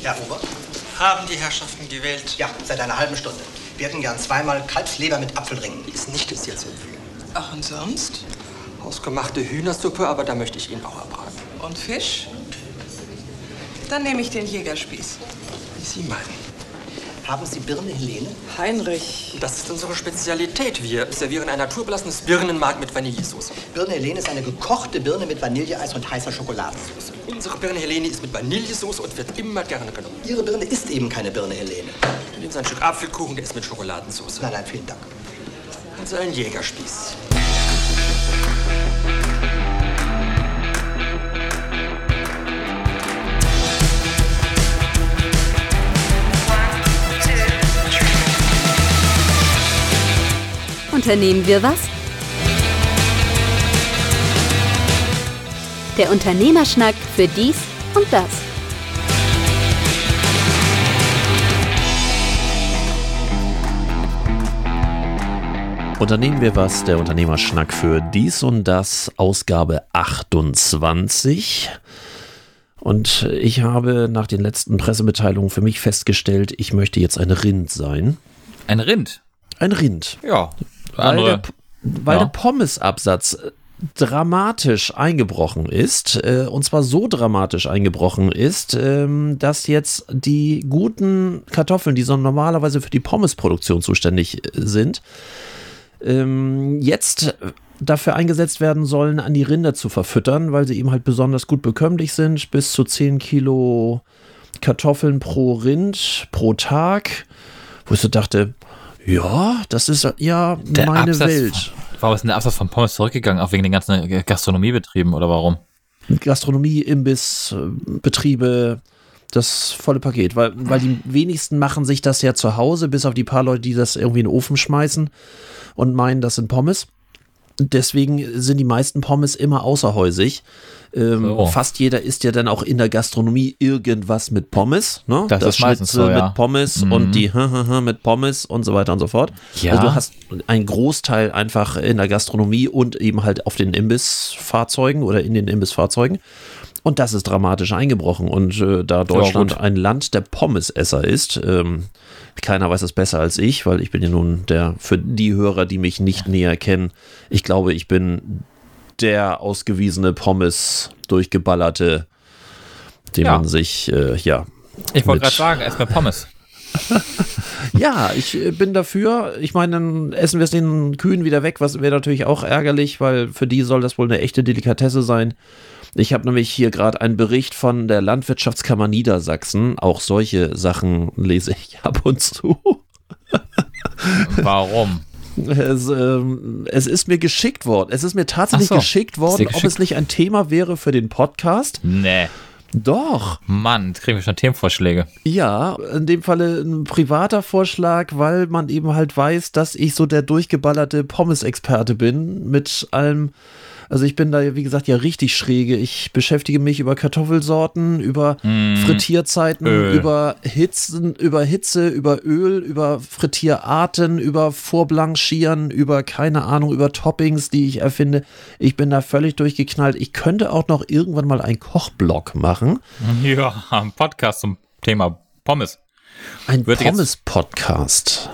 Herr Ober? Haben die Herrschaften gewählt? Ja, seit einer halben Stunde. Wir hätten gern zweimal Kalbsleber mit Apfelringen. Die ist nicht des jetzt empfehlen. Ach, und sonst? Hausgemachte Hühnersuppe, aber da möchte ich Ihnen auch abraten. Und Fisch? Dann nehme ich den Jägerspieß. Wie Sie meinen. Haben Sie Birne Helene? Heinrich. Das ist unsere Spezialität. Wir servieren ein naturbelassenes Birnenmark mit Vanillesoße. Birne Helene ist eine gekochte Birne mit Vanilleeis und heißer Schokoladensauce. Unsere Birne Helene ist mit Vanillesoße und wird immer gerne genommen. Ihre Birne ist eben keine Birne Helene. Nehmen Sie ein Stück Apfelkuchen, der ist mit Schokoladensauce. Nein, vielen Dank. Also ein Jägerspieß. Unternehmen wir was? Der Unternehmerschnack für dies und das. Unternehmen wir was, der Unternehmerschnack für dies und das, Ausgabe 28. Und ich habe nach den letzten Pressemitteilungen für mich festgestellt, ich möchte jetzt ein Rind sein. Ein Rind? Ein Rind. Ja. Weil der Pommesabsatz dramatisch eingebrochen ist, und zwar so dramatisch eingebrochen ist, dass jetzt die guten Kartoffeln, die so normalerweise für die Pommesproduktion zuständig sind, jetzt dafür eingesetzt werden sollen, an die Rinder zu verfüttern, weil sie eben halt besonders gut bekömmlich sind, bis zu 10 Kilo Kartoffeln pro Rind pro Tag, wo ich so dachte, ja, das ist ja meine Welt. Warum ist denn der Absatz von Pommes zurückgegangen? Auch wegen den ganzen Gastronomiebetrieben oder warum? Gastronomie, Imbiss, Betriebe, das volle Paket. Weil die wenigsten machen sich das ja zu Hause, bis auf die paar Leute, die das irgendwie in den Ofen schmeißen und meinen, das sind Pommes. Deswegen sind die meisten Pommes immer außerhäusig. Fast jeder isst ja dann auch in der Gastronomie irgendwas mit Pommes. Ne? Das ist meistens so, ja. Mit Pommes und die mit Pommes und so weiter und so fort. Ja. Also du hast einen Großteil einfach in der Gastronomie und eben halt auf den Imbissfahrzeugen oder in den Imbissfahrzeugen. Und das ist dramatisch eingebrochen. Und da Deutschland ein Land der Pommesesser ist, keiner weiß es besser als ich, weil ich bin ja nun für die Hörer, die mich nicht näher kennen, ich glaube, ich bin der ausgewiesene Pommes durchgeballerte, den man sich, Ich wollte gerade sagen, ess mir Pommes. Ja, ich bin dafür. Ich meine, dann essen wir es den Kühen wieder weg, was wäre natürlich auch ärgerlich, weil für die soll das wohl eine echte Delikatesse sein. Ich habe nämlich hier gerade einen Bericht von der Landwirtschaftskammer Niedersachsen. Auch solche Sachen lese ich ab und zu. Warum? Es ist mir geschickt worden. Es ist mir tatsächlich geschickt worden, ob es nicht ein Thema wäre für den Podcast. Nee. Doch. Mann, jetzt kriegen wir schon Themenvorschläge. Ja, in dem Falle ein privater Vorschlag, weil man eben halt weiß, dass ich so der durchgeballerte Pommes-Experte bin mit allem. Also ich bin da, wie gesagt, ja richtig schräge. Ich beschäftige mich über Kartoffelsorten, über Frittierzeiten, über Hitze, über Öl, über Frittierarten, über Vorblanchieren, über keine Ahnung, über Toppings, die ich erfinde. Ich bin da völlig durchgeknallt. Ich könnte auch noch irgendwann mal einen Kochblog machen. Ja, ein Podcast zum Thema Pommes. Ein Pommes-Podcast.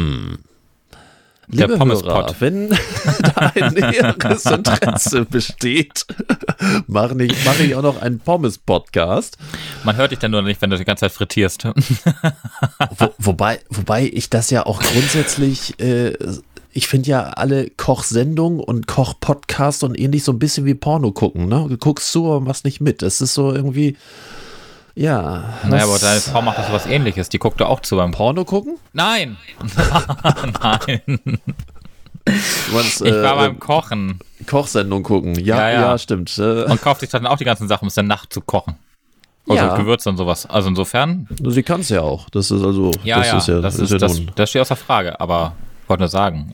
Der Liebe Hörer, wenn da ein näheres Interesse besteht, mache ich auch noch einen Pommes-Podcast. Man hört dich dann nur nicht, wenn du die ganze Zeit frittierst. Wobei ich das ja auch grundsätzlich, ich finde ja alle Kochsendungen und Kochpodcasts und ähnlich so ein bisschen wie Porno gucken. Ne? Du guckst zu, aber machst nicht mit. Das ist so irgendwie, ja. Naja, aber deine Frau macht das was Ähnliches. Die guckt auch zu beim Porno gucken? Nein! Nein. Meinst, ich war beim Kochen. Kochsendung gucken, ja, stimmt. Und kauft sich dann auch die ganzen Sachen, um es dann Nacht zu kochen. Also Gewürze und sowas. Also insofern. Sie kann es ja auch. Das ist also. Das steht außer Frage. Aber ich wollte nur sagen,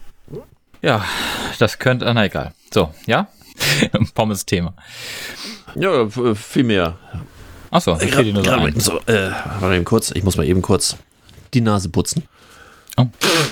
das könnte. Na egal. So, ja? Pommes-Thema. Ja, viel mehr. Achso, ich kriege die nur so ein. So, warte eben kurz. Ich muss mal eben kurz die Nase putzen. Oh.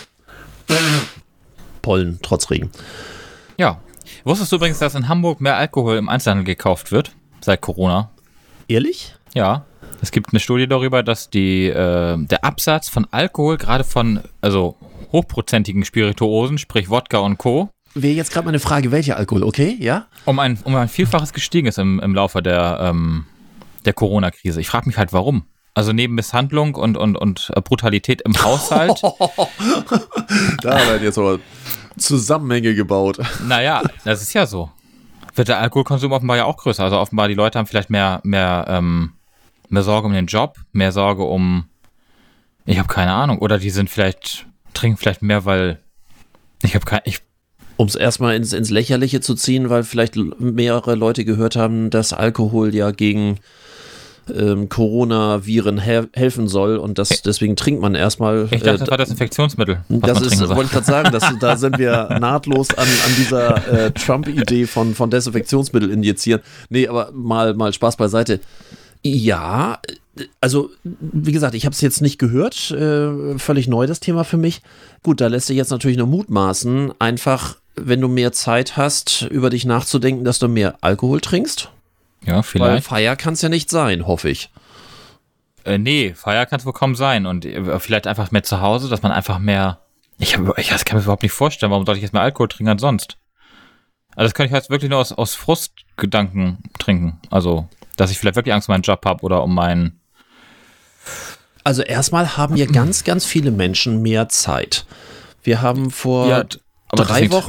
Pollen, trotz Regen. Ja. Wusstest du übrigens, dass in Hamburg mehr Alkohol im Einzelhandel gekauft wird? Seit Corona. Ehrlich? Ja. Es gibt eine Studie darüber, dass der Absatz von Alkohol, gerade von hochprozentigen Spirituosen, sprich Wodka und Co., Wäre jetzt gerade mal eine Frage, welcher Alkohol, okay, ja? um ein Vielfaches gestiegen ist im Laufe der Corona-Krise. Ich frage mich halt, warum. Also neben Misshandlung und Brutalität im Haushalt. Da werden jetzt aber Zusammenhänge gebaut. Naja, das ist ja so. Wird der Alkoholkonsum offenbar ja auch größer. Also offenbar die Leute haben vielleicht mehr Sorge um den Job, mehr Sorge um, ich habe keine Ahnung, oder die trinken vielleicht mehr, weil Um es erstmal ins Lächerliche zu ziehen, weil vielleicht mehrere Leute gehört haben, dass Alkohol ja gegen Coronaviren helfen soll und deswegen trinkt man erstmal. Ich dachte, das war das Infektionsmittel. Das ist, wollte ich gerade sagen, da sind wir nahtlos an dieser Trump-Idee von Desinfektionsmittel injizieren. Nee, aber mal Spaß beiseite. Ja, also wie gesagt, ich habe es jetzt nicht gehört, völlig neu das Thema für mich. Gut, da lässt sich jetzt natürlich nur mutmaßen, einfach, wenn du mehr Zeit hast, über dich nachzudenken, dass du mehr Alkohol trinkst. Ja, Weil vielleicht. Feier kann es ja nicht sein, hoffe ich. Nee, Feier kann es wohl kaum sein und vielleicht einfach mehr zu Hause, dass man einfach mehr, das kann mir überhaupt nicht vorstellen, warum sollte ich jetzt mehr Alkohol trinken als sonst? Also das kann ich halt wirklich nur aus Frustgedanken trinken, also dass ich vielleicht wirklich Angst um meinen Job habe oder um meinen... Also erstmal haben ja ganz, ganz viele Menschen mehr Zeit. Wir haben vor vor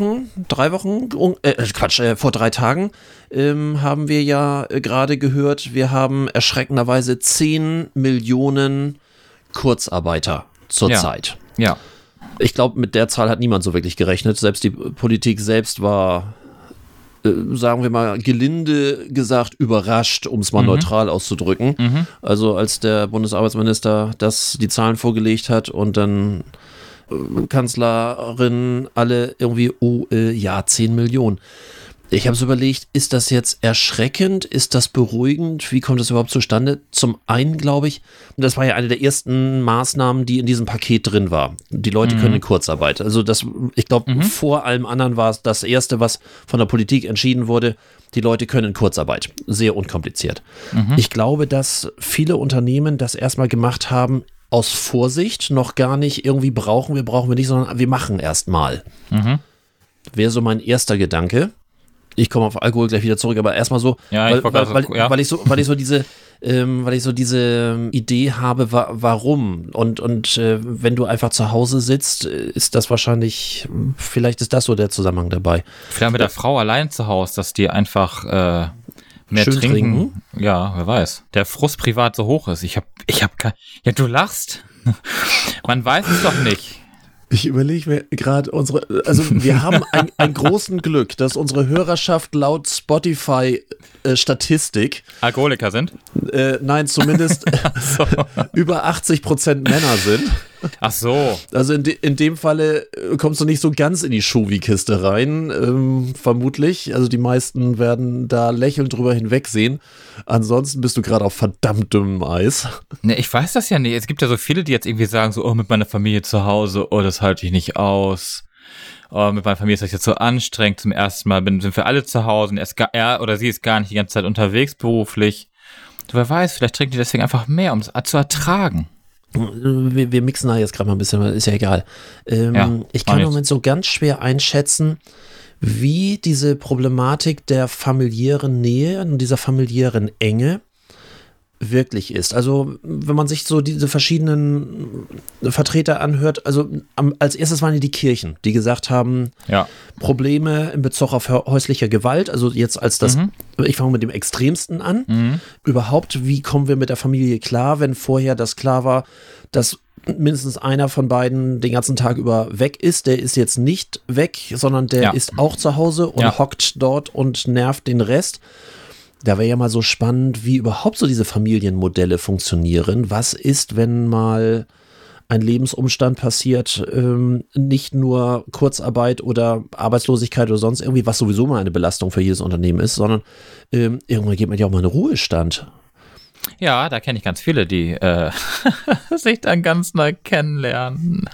3 Tagen haben wir ja gerade gehört, wir haben erschreckenderweise 10 Millionen Kurzarbeiter zurzeit. Ja. Ich glaube, mit der Zahl hat niemand so wirklich gerechnet. Selbst die Politik selbst war, sagen wir mal, gelinde gesagt, überrascht, um es mal neutral auszudrücken. Also als der Bundesarbeitsminister die Zahlen vorgelegt hat und dann Kanzlerin alle irgendwie, 10 Millionen. Ich habe so überlegt, ist das jetzt erschreckend? Ist das beruhigend? Wie kommt das überhaupt zustande? Zum einen glaube ich, das war ja eine der ersten Maßnahmen, die in diesem Paket drin war. Die Leute können in Kurzarbeit. Also ich glaube, vor allem anderen war es das Erste, was von der Politik entschieden wurde. Die Leute können in Kurzarbeit. Sehr unkompliziert. Ich glaube, dass viele Unternehmen das erstmal gemacht haben, aus Vorsicht, noch gar nicht irgendwie brauchen wir nicht, sondern wir machen erst mal. Wäre so mein erster Gedanke. Ich komme auf Alkohol gleich wieder zurück, aber erstmal so, weil ich so diese Idee habe, warum und wenn du einfach zu Hause sitzt, ist das wahrscheinlich, vielleicht ist das so der Zusammenhang dabei. Vielleicht mit der Frau allein zu Hause, dass die einfach mehr schön trinken. Ja, wer weiß. Der Frust privat so hoch ist. Ich hab ja, du lachst. Man weiß es doch nicht. Ich überlege mir gerade wir haben ein großen Glück, dass unsere Hörerschaft laut Spotify-Statistik Alkoholiker sind? Nein, zumindest über 80% Männer sind. Ach so. Also in dem Falle kommst du nicht so ganz in die Shovi-Kiste rein, vermutlich. Also die meisten werden da lächelnd drüber hinwegsehen. Ansonsten bist du gerade auf verdammt dünnem Eis. Ne, ich weiß das ja nicht. Es gibt ja so viele, die jetzt irgendwie sagen so, mit meiner Familie zu Hause, das halte ich nicht aus. Mit meiner Familie ist das jetzt so anstrengend. Zum ersten Mal sind wir alle zu Hause und er oder sie ist gar nicht die ganze Zeit unterwegs beruflich. Wer weiß, vielleicht trinken die deswegen einfach mehr, um es zu ertragen. Wir mixen da jetzt gerade mal ein bisschen, ist ja egal. Ich kann im Moment so ganz schwer einschätzen, wie diese Problematik der familiären Nähe und dieser familiären Enge wirklich ist. Also wenn man sich so diese verschiedenen Vertreter anhört, also als erstes waren die Kirchen, die gesagt haben, Probleme in Bezug auf häusliche Gewalt, also jetzt als das, ich fange mit dem Extremsten an, überhaupt, wie kommen wir mit der Familie klar, wenn vorher das klar war, dass mindestens einer von beiden den ganzen Tag über weg ist, der ist jetzt nicht weg, sondern der ist auch zu Hause und hockt dort und nervt den Rest. Da wäre ja mal so spannend, wie überhaupt so diese Familienmodelle funktionieren. Was ist, wenn mal ein Lebensumstand passiert, nicht nur Kurzarbeit oder Arbeitslosigkeit oder sonst irgendwie, was sowieso mal eine Belastung für jedes Unternehmen ist, sondern irgendwann geht man ja auch mal in Ruhestand. Ja, da kenne ich ganz viele, die sich dann ganz neu kennenlernen.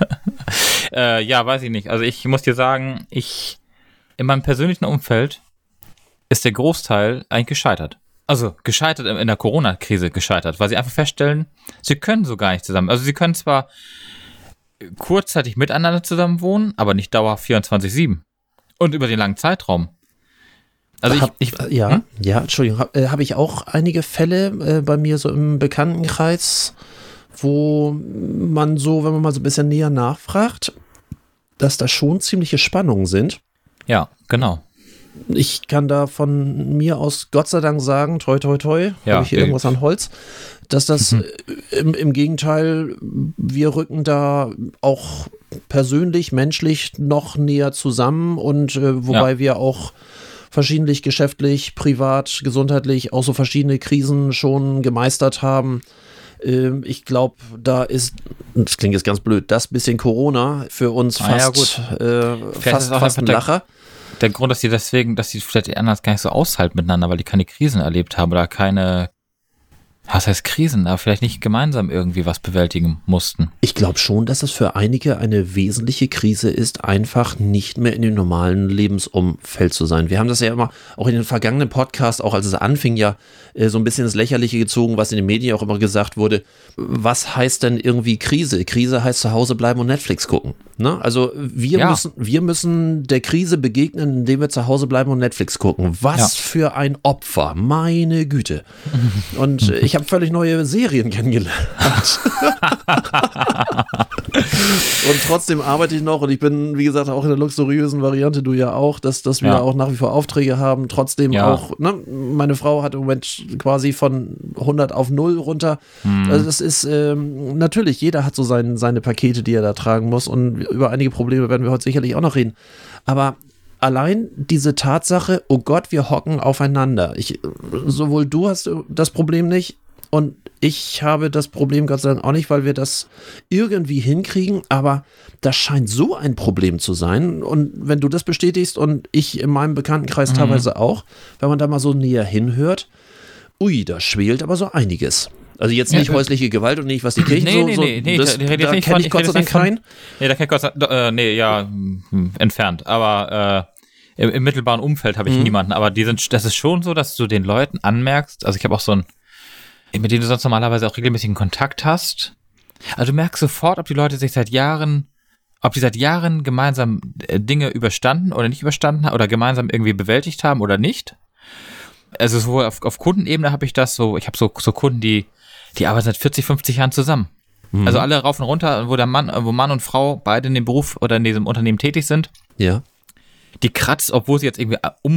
Ja, weiß ich nicht. Also ich muss dir sagen, in meinem persönlichen Umfeld ist der Großteil eigentlich gescheitert. Also gescheitert in der Corona-Krise gescheitert, weil sie einfach feststellen, sie können so gar nicht zusammen. Also sie können zwar kurzzeitig miteinander zusammen wohnen, aber nicht dauerhaft 24/7. Und über den langen Zeitraum. Also Entschuldigung, habe ich auch einige Fälle bei mir so im Bekanntenkreis, wo man so, wenn man mal so ein bisschen näher nachfragt, dass da schon ziemliche Spannungen sind. Ja, genau. Ich kann da von mir aus Gott sei Dank sagen, toi toi toi, habe ich hier irgendwas an Holz, dass das im Gegenteil, wir rücken da auch persönlich, menschlich noch näher zusammen und wobei wir auch verschiedentlich, geschäftlich, privat, gesundheitlich auch so verschiedene Krisen schon gemeistert haben. Ich glaube, da ist, das klingt jetzt ganz blöd, das bisschen Corona für uns fast ein Lacher. Der Grund, dass sie vielleicht anders gar nicht so aushalten miteinander, weil die keine Krisen erlebt haben oder was heißt Krisen, aber vielleicht nicht gemeinsam irgendwie was bewältigen mussten. Ich glaube schon, dass es für einige eine wesentliche Krise ist, einfach nicht mehr in dem normalen Lebensumfeld zu sein. Wir haben das ja immer auch in den vergangenen Podcasts, auch als es anfing, ja so ein bisschen ins Lächerliche gezogen, was in den Medien auch immer gesagt wurde. Was heißt denn irgendwie Krise? Krise heißt zu Hause bleiben und Netflix gucken. Ne? Also wir müssen der Krise begegnen, indem wir zu Hause bleiben und Netflix gucken. Was für ein Opfer, meine Güte. Und ich habe völlig neue Serien kennengelernt. Und trotzdem arbeite ich noch und ich bin, wie gesagt, auch in der luxuriösen Variante, du ja auch, dass wir auch nach wie vor Aufträge haben. Trotzdem auch, ne? Meine Frau hat im Moment quasi von 100 auf 0 runter. Also das ist natürlich, jeder hat so seine Pakete, die er da tragen muss und über einige Probleme werden wir heute sicherlich auch noch reden. Aber allein diese Tatsache, oh Gott, wir hocken aufeinander. Sowohl du hast das Problem nicht und ich habe das Problem Gott sei Dank auch nicht, weil wir das irgendwie hinkriegen, aber das scheint so ein Problem zu sein. Und wenn du das bestätigst und ich in meinem Bekanntenkreis teilweise auch, wenn man da mal so näher hinhört, da schwelt aber so einiges. Also jetzt nicht häusliche Gewalt und nicht, was die Kirchen da kenne ich Gott sei Dank keinen. Nee, da kenne ich Gott sei Dank, entfernt. Aber im mittelbaren Umfeld habe ich niemanden. Aber das ist schon so, dass du den Leuten anmerkst, also ich habe auch mit denen du sonst normalerweise auch regelmäßigen Kontakt hast. Also du merkst sofort, ob die Leute seit Jahren gemeinsam Dinge überstanden oder nicht überstanden haben oder gemeinsam irgendwie bewältigt haben oder nicht. Also sowohl auf Kundenebene habe ich das so, ich habe so Kunden, die arbeiten seit 40, 50 Jahren zusammen. Also alle rauf und runter, wo Mann und Frau beide in dem Beruf oder in diesem Unternehmen tätig sind. Ja. Die kratzt, obwohl sie jetzt irgendwie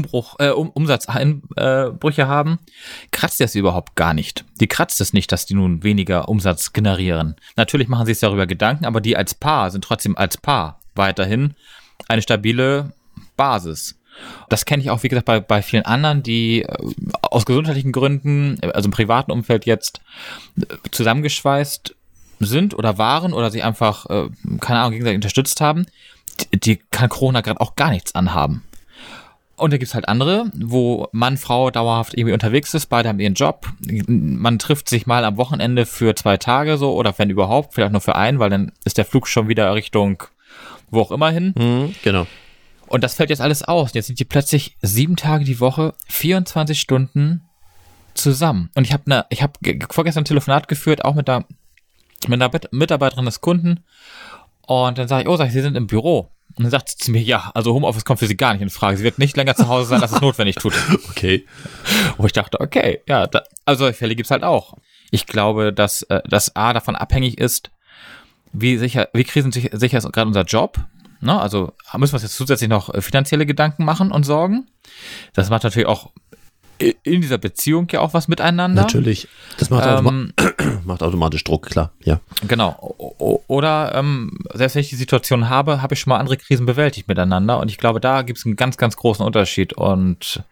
Umsatzeinbrüche haben, kratzt das überhaupt gar nicht. Die kratzt es nicht, dass die nun weniger Umsatz generieren. Natürlich machen sie sich darüber Gedanken, aber die als Paar sind trotzdem als Paar weiterhin eine stabile Basis. Das kenne ich auch, wie gesagt, bei vielen anderen, die aus gesundheitlichen Gründen, also im privaten Umfeld jetzt, zusammengeschweißt sind oder waren oder sich einfach, keine Ahnung, gegenseitig unterstützt haben. Die kann Corona gerade auch gar nichts anhaben. Und da gibt es halt andere, wo Mann, Frau dauerhaft irgendwie unterwegs ist, beide haben ihren Job. Man trifft sich mal am Wochenende für 2 Tage so oder wenn überhaupt, vielleicht nur für einen, weil dann ist der Flug schon wieder Richtung wo auch immer hin. Genau. Und das fällt jetzt alles aus. Jetzt sind die plötzlich 7 Tage die Woche, 24 Stunden zusammen. Und ich habe vorgestern ein Telefonat geführt, auch mit einer Mitarbeiterin des Kunden. Und dann sage ich, Sie sind im Büro. Und dann sagt sie zu mir, ja, also Homeoffice kommt für sie gar nicht in Frage. Sie wird nicht länger zu Hause sein, als es notwendig tut. Okay. Wo ich dachte, okay, ja, also solche Fälle gibt's halt auch. Ich glaube, dass das A davon abhängig ist, wie krisensicher ist gerade unser Job. Ne? Also müssen wir uns jetzt zusätzlich noch finanzielle Gedanken machen und sorgen. Das macht natürlich auch in dieser Beziehung ja auch was miteinander. Natürlich. Das macht automatisch Druck, klar. Ja. Genau. Oder selbst wenn ich die Situation habe ich schon mal andere Krisen bewältigt miteinander. Und ich glaube, da gibt es einen ganz, ganz großen Unterschied. Und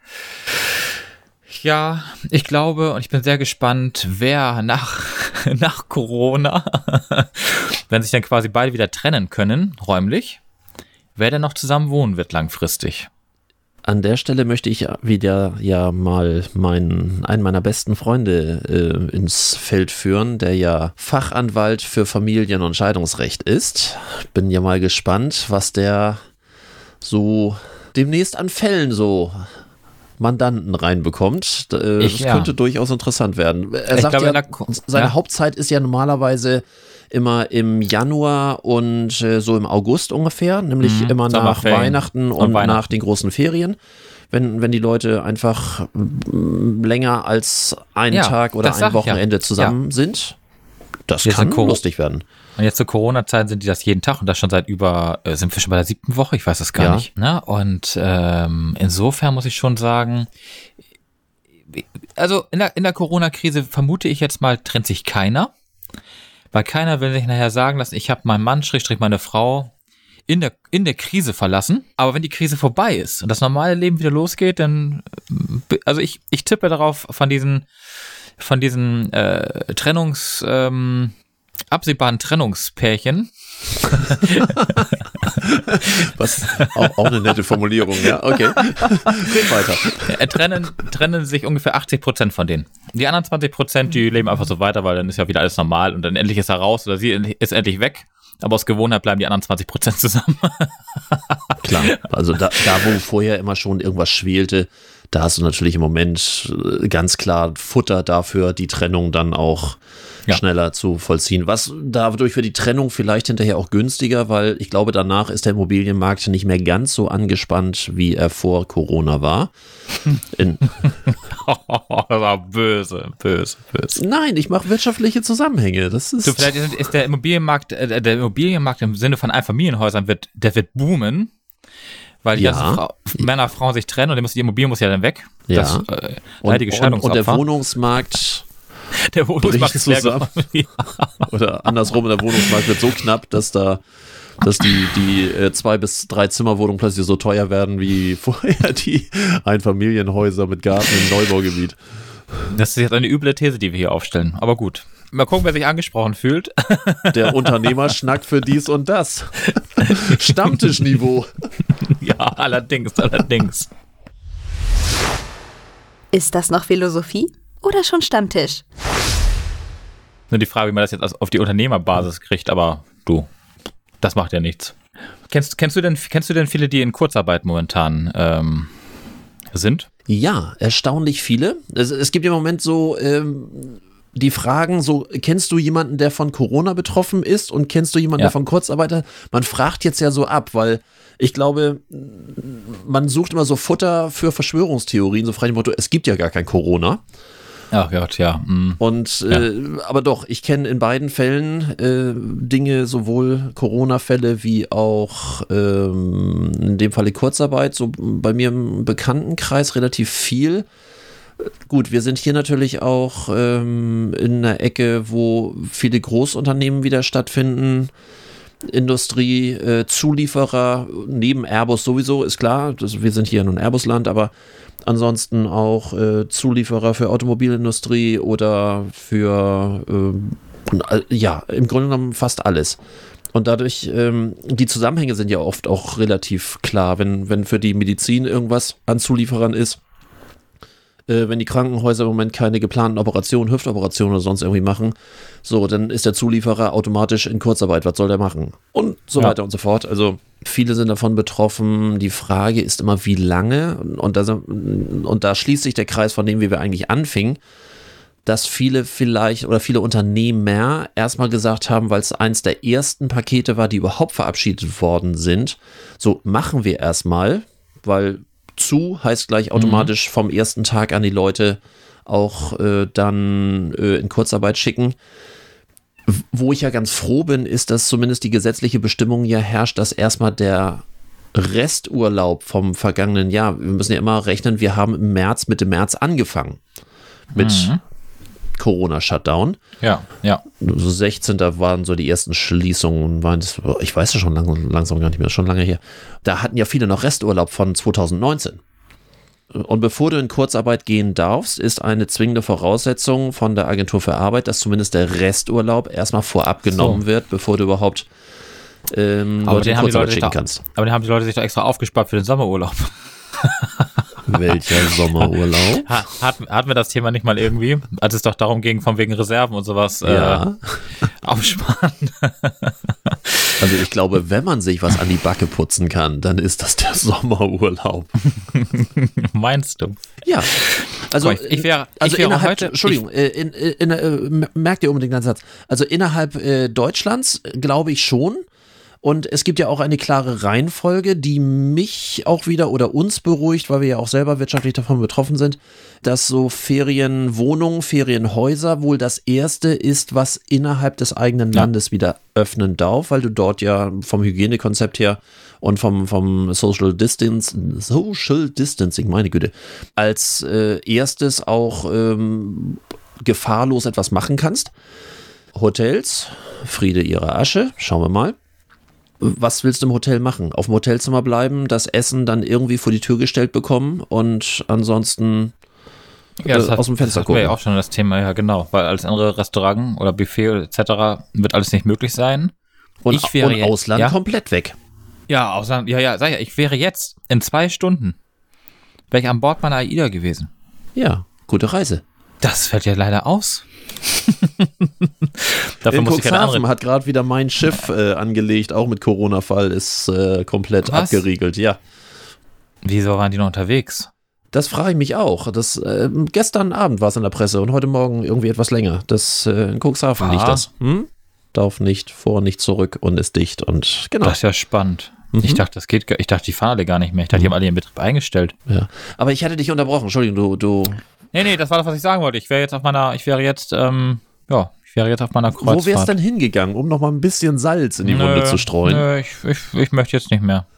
ja, ich glaube und ich bin sehr gespannt, wer nach Corona, wenn sich dann quasi beide wieder trennen können, räumlich, wer denn noch zusammen wohnen wird langfristig. An der Stelle möchte ich wieder mal einen meiner besten Freunde ins Feld führen, der ja Fachanwalt für Familien- und Scheidungsrecht ist. Bin ja mal gespannt, was der so demnächst an Fällen so Mandanten reinbekommt. Das könnte durchaus interessant werden. Er sagt seine Hauptzeit ist ja normalerweise immer im Januar und so im August ungefähr, nämlich immer nach Weihnachten und nach den großen Ferien. Wenn die Leute einfach länger als einen Tag oder ein Wochenende zusammen sind. Das kann lustig werden. Und jetzt zur Corona-Zeit sind die das jeden Tag und das schon seit sind wir schon bei der 7. Woche? Ich weiß das gar nicht. Ne? Und insofern muss ich schon sagen, also in der Corona-Krise vermute ich jetzt mal, trennt sich keiner. Weil keiner will sich nachher sagen lassen, ich habe meinen Mann, meine Frau in der Krise verlassen. Aber wenn die Krise vorbei ist und das normale Leben wieder losgeht, dann, also ich tippe darauf von diesen absehbaren Trennungspärchen. Was auch eine nette Formulierung, ja, okay. Red weiter. Trennen sich ungefähr 80% von denen. Die anderen 20%, die leben einfach so weiter, weil dann ist ja wieder alles normal und dann endlich ist er raus oder sie ist endlich weg. Aber aus Gewohnheit bleiben die anderen 20% zusammen. Klar, also da wo vorher immer schon irgendwas schwelte, da hast du natürlich im Moment ganz klar Futter dafür, die Trennung dann auch schneller zu vollziehen. Was dadurch für die Trennung vielleicht hinterher auch günstiger, weil ich glaube, danach ist der Immobilienmarkt nicht mehr ganz so angespannt, wie er vor Corona war. Das war böse. Nein, ich mache wirtschaftliche Zusammenhänge. Das ist vielleicht ist der Immobilienmarkt im Sinne von Einfamilienhäusern wird boomen. Weil die ganzen Männer, Frauen sich trennen und die Immobilie muss ja dann weg. Ja. Und der Wohnungsmarkt ist leer. Oder andersrum, der Wohnungsmarkt wird so knapp, dass die 2 bis 3 Zimmerwohnungen plötzlich so teuer werden wie vorher die Einfamilienhäuser mit Garten im Neubaugebiet. Das ist jetzt eine üble These, die wir hier aufstellen. Aber gut. Mal gucken, wer sich angesprochen fühlt. Der Unternehmerschnack für dies und das. Stammtischniveau. Ja, allerdings. Ist das noch Philosophie oder schon Stammtisch? Nur die Frage, wie man das jetzt auf die Unternehmerbasis kriegt, aber das macht ja nichts. Kennst du denn viele, die in Kurzarbeit momentan sind? Ja, erstaunlich viele. Es gibt im Moment so die Fragen so, kennst du jemanden, der von Corona betroffen ist und kennst du jemanden, der von Kurzarbeit hat? Man fragt jetzt ja so ab, weil ich glaube, man sucht immer so Futter für Verschwörungstheorien, so frei dem Motto, es gibt ja gar kein Corona. Ach Gott, ja. Und aber doch, ich kenne in beiden Fällen Dinge, sowohl Corona-Fälle wie auch in dem Falle Kurzarbeit, so bei mir im Bekanntenkreis relativ viel. Gut, wir sind hier natürlich auch in einer Ecke, wo viele Großunternehmen wieder stattfinden. Industrie, Zulieferer, neben Airbus sowieso, ist klar, wir sind hier in einem Airbus-Land, aber ansonsten auch Zulieferer für Automobilindustrie oder für, im Grunde genommen fast alles. Und dadurch, die Zusammenhänge sind ja oft auch relativ klar, wenn für die Medizin irgendwas an Zulieferern ist, wenn die Krankenhäuser im Moment keine geplanten Operationen, Hüftoperationen oder sonst irgendwie machen, so, dann ist der Zulieferer automatisch in Kurzarbeit. Was soll der machen? Und so weiter und so fort. Also viele sind davon betroffen. Die Frage ist immer, wie lange? Und da schließt sich der Kreis von dem, wie wir eigentlich anfingen, dass viele Unternehmer erstmal gesagt haben, weil es eins der ersten Pakete war, die überhaupt verabschiedet worden sind, so machen wir erstmal, weil zu heißt gleich automatisch vom ersten Tag an die Leute auch dann in Kurzarbeit schicken. Wo ich ja ganz froh bin, ist, dass zumindest die gesetzliche Bestimmung ja herrscht, dass erstmal der Resturlaub vom vergangenen Jahr, wir müssen ja immer rechnen, wir haben Mitte März angefangen mit Corona-Shutdown. Ja. So 16. waren so die ersten Schließungen, ich weiß ja schon langsam gar nicht mehr, schon lange her. Da hatten ja viele noch Resturlaub von 2019. Und bevor du in Kurzarbeit gehen darfst, ist eine zwingende Voraussetzung von der Agentur für Arbeit, dass zumindest der Resturlaub erstmal vorab genommen wird, bevor du überhaupt Leute in Kurzarbeit schicken kannst. Aber den haben die Leute sich doch extra aufgespart für den Sommerurlaub. Welcher Sommerurlaub? Hatten wir das Thema nicht mal irgendwie, als es doch darum ging, von wegen Reserven und sowas aufsparen? Also ich glaube, wenn man sich was an die Backe putzen kann, dann ist das der Sommerurlaub. Meinst du? Ja. Also, Ich wäre innerhalb, heute. Entschuldigung, merkt ihr unbedingt den Satz. Also innerhalb Deutschlands glaube ich schon. Und es gibt ja auch eine klare Reihenfolge, die mich auch wieder oder uns beruhigt, weil wir ja auch selber wirtschaftlich davon betroffen sind, dass so Ferienwohnungen, Ferienhäuser wohl das erste ist, was innerhalb des eigenen Landes wieder öffnen darf, weil du dort ja vom Hygienekonzept her und vom Social Distancing, meine Güte, als erstes auch gefahrlos etwas machen kannst. Hotels, Friede ihrer Asche, schauen wir mal. Was willst du im Hotel machen? Auf dem Hotelzimmer bleiben, das Essen dann irgendwie vor die Tür gestellt bekommen und ansonsten aus dem Fenster gucken. Das wäre ja auch schon das Thema, ja genau, weil alles andere Restaurant oder Buffet etc. wird alles nicht möglich sein. Und Ausland komplett weg. Ja, Ausland, sag ja, ich wäre jetzt in 2 Stunden, wäre ich an Bord meiner AIDA gewesen. Ja, gute Reise. Das fällt ja leider aus. Dafür in muss ich Cuxhaven hat gerade wieder mein Schiff angelegt, auch mit Corona-Fall, ist komplett abgeriegelt, ja. Wieso waren die noch unterwegs? Das frage ich mich auch. Gestern Abend war es in der Presse und heute Morgen irgendwie etwas länger. In Cuxhaven liegt das. Darf nicht vor, nicht zurück und ist dicht und genau. Das ist ja spannend. Ich dachte, die fahren alle gar nicht mehr. Ich dachte, die haben alle ihren Betrieb eingestellt. Ja. Aber ich hatte dich unterbrochen. Entschuldigung, du. Nee, das war das, was ich sagen wollte. Ich wäre jetzt auf meiner Kreuzfahrt. Wo wär's denn hingegangen, um noch mal ein bisschen Salz in die Wunde zu streuen? Nö, ich möchte jetzt nicht mehr.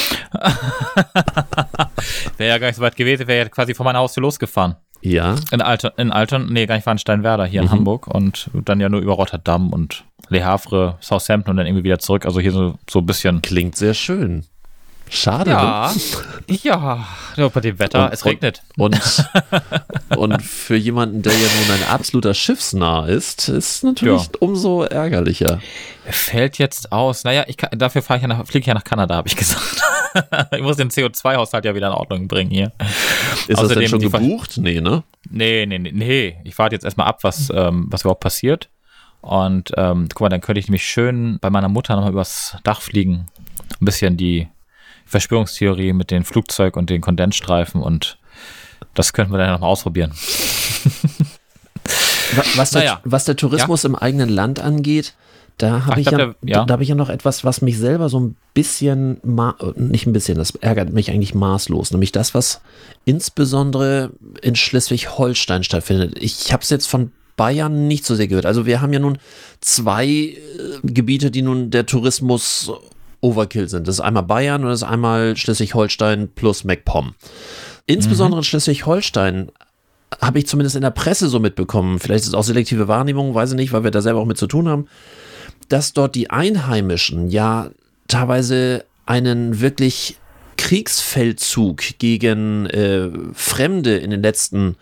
Wäre ja gar nicht so weit gewesen, wäre ja quasi von meiner Haustür losgefahren. Ja. In Alton, nee, gar nicht, war in Steinwerder hier in Hamburg und dann ja nur über Rotterdam und Le Havre, Southampton und dann irgendwie wieder zurück. Also hier so ein bisschen. Klingt sehr schön. Schade. Ja, bei dem Wetter, es regnet. Und für jemanden, der ja nun ein absoluter Schiffsnarr ist natürlich umso ärgerlicher. Fällt jetzt aus. Naja, dafür fliege ich ja nach Kanada, habe ich gesagt. Ich muss den CO2-Haushalt ja wieder in Ordnung bringen hier. Ist das denn schon gebucht? Nee, ne? Nee. Ich warte jetzt erstmal ab, was überhaupt passiert. Und guck mal, dann könnte ich nämlich schön bei meiner Mutter nochmal übers Dach fliegen. Ein bisschen die Verschwörungstheorie mit den Flugzeug und den Kondensstreifen und das könnten wir dann nochmal ausprobieren. Was der Tourismus im eigenen Land angeht, da habe ich ja noch etwas, was mich selber so ein bisschen, nicht ein bisschen, das ärgert mich eigentlich maßlos, nämlich das, was insbesondere in Schleswig-Holstein stattfindet. Ich habe es jetzt von Bayern nicht so sehr gehört. Also wir haben ja nun 2 Gebiete, die nun der Tourismus Overkill sind. Das ist einmal Bayern und das ist einmal Schleswig-Holstein plus MacPom. Insbesondere in Schleswig-Holstein habe ich zumindest in der Presse so mitbekommen, vielleicht ist es auch selektive Wahrnehmung, weiß ich nicht, weil wir da selber auch mit zu tun haben, dass dort die Einheimischen ja teilweise einen wirklich Kriegsfeldzug gegen Fremde in den letzten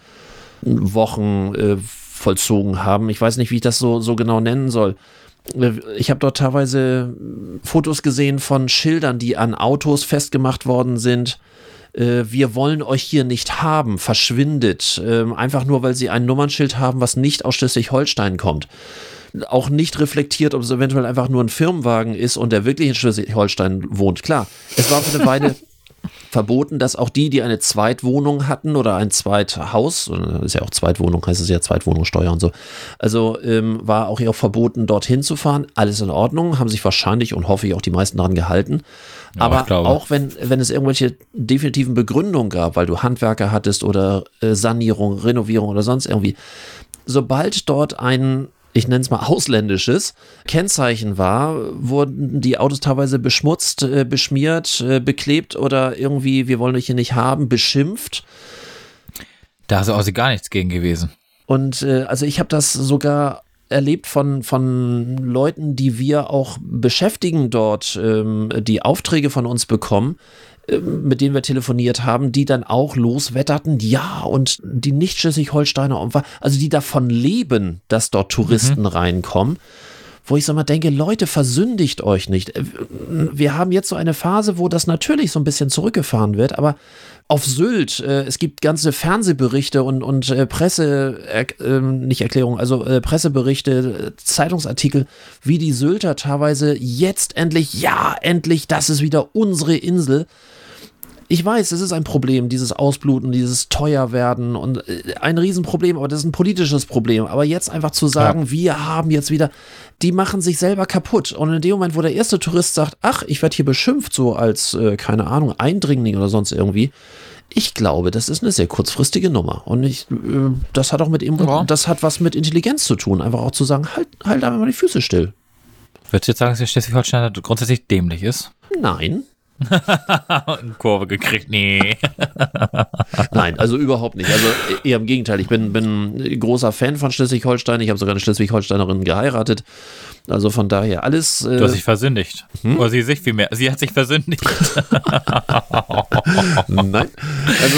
Wochen vollzogen haben. Ich weiß nicht, wie ich das so genau nennen soll. Ich habe dort teilweise Fotos gesehen von Schildern, die an Autos festgemacht worden sind. Wir wollen euch hier nicht haben, verschwindet. Einfach nur, weil sie ein Nummernschild haben, was nicht aus Schleswig-Holstein kommt. Auch nicht reflektiert, ob es eventuell einfach nur ein Firmenwagen ist und der wirklich in Schleswig-Holstein wohnt. Klar, es war für eine Weile verboten, dass auch die eine Zweitwohnung hatten oder ein Zweithaus, ist ja auch Zweitwohnung, heißt es ja Zweitwohnungssteuer und so, also war auch hier verboten, dorthin zu fahren. Alles in Ordnung, haben sich wahrscheinlich und hoffe ich auch die meisten daran gehalten. Ja, aber auch wenn es irgendwelche definitiven Begründungen gab, weil du Handwerker hattest oder Sanierung, Renovierung oder sonst irgendwie, sobald dort ein, ich nenne es mal ausländisches Kennzeichen war, wurden die Autos teilweise beschmutzt, beschmiert, beklebt oder irgendwie, wir wollen euch hier nicht haben, beschimpft. Da ist also gar nichts gegen gewesen. Und also ich habe das sogar erlebt von Leuten, die wir auch beschäftigen dort, die Aufträge von uns bekommen, mit denen wir telefoniert haben, die dann auch loswetterten, ja, und die nicht Schleswig-Holsteiner, also die davon leben, dass dort Touristen reinkommen, wo ich so mal denke, Leute, versündigt euch nicht. Wir haben jetzt so eine Phase, wo das natürlich so ein bisschen zurückgefahren wird, aber auf Sylt, es gibt ganze Fernsehberichte und Presseberichte, Zeitungsartikel, wie die Sylter teilweise jetzt endlich, das ist wieder unsere Insel. Ich weiß, es ist ein Problem, dieses Ausbluten, dieses Teuerwerden und ein Riesenproblem, aber das ist ein politisches Problem. Aber jetzt einfach zu sagen, wir haben jetzt wieder, die machen sich selber kaputt. Und in dem Moment, wo der erste Tourist sagt, ach, ich werde hier beschimpft, so als, keine Ahnung, Eindringling oder sonst irgendwie, ich glaube, das ist eine sehr kurzfristige Nummer. Und das hat auch das hat was mit Intelligenz zu tun, einfach auch zu sagen, halt einfach mal die Füße still. Würdest du jetzt sagen, dass der Schleswig-Holsteiner grundsätzlich dämlich ist? Nein. Kurve gekriegt, nee. Nein, also überhaupt nicht. Also eher im Gegenteil. Ich bin großer Fan von Schleswig-Holstein. Ich habe sogar eine Schleswig-Holsteinerin geheiratet. Also von daher alles. Du hast dich versündigt. Oder sie sich vielmehr. Sie hat sich versündigt. Nein. Also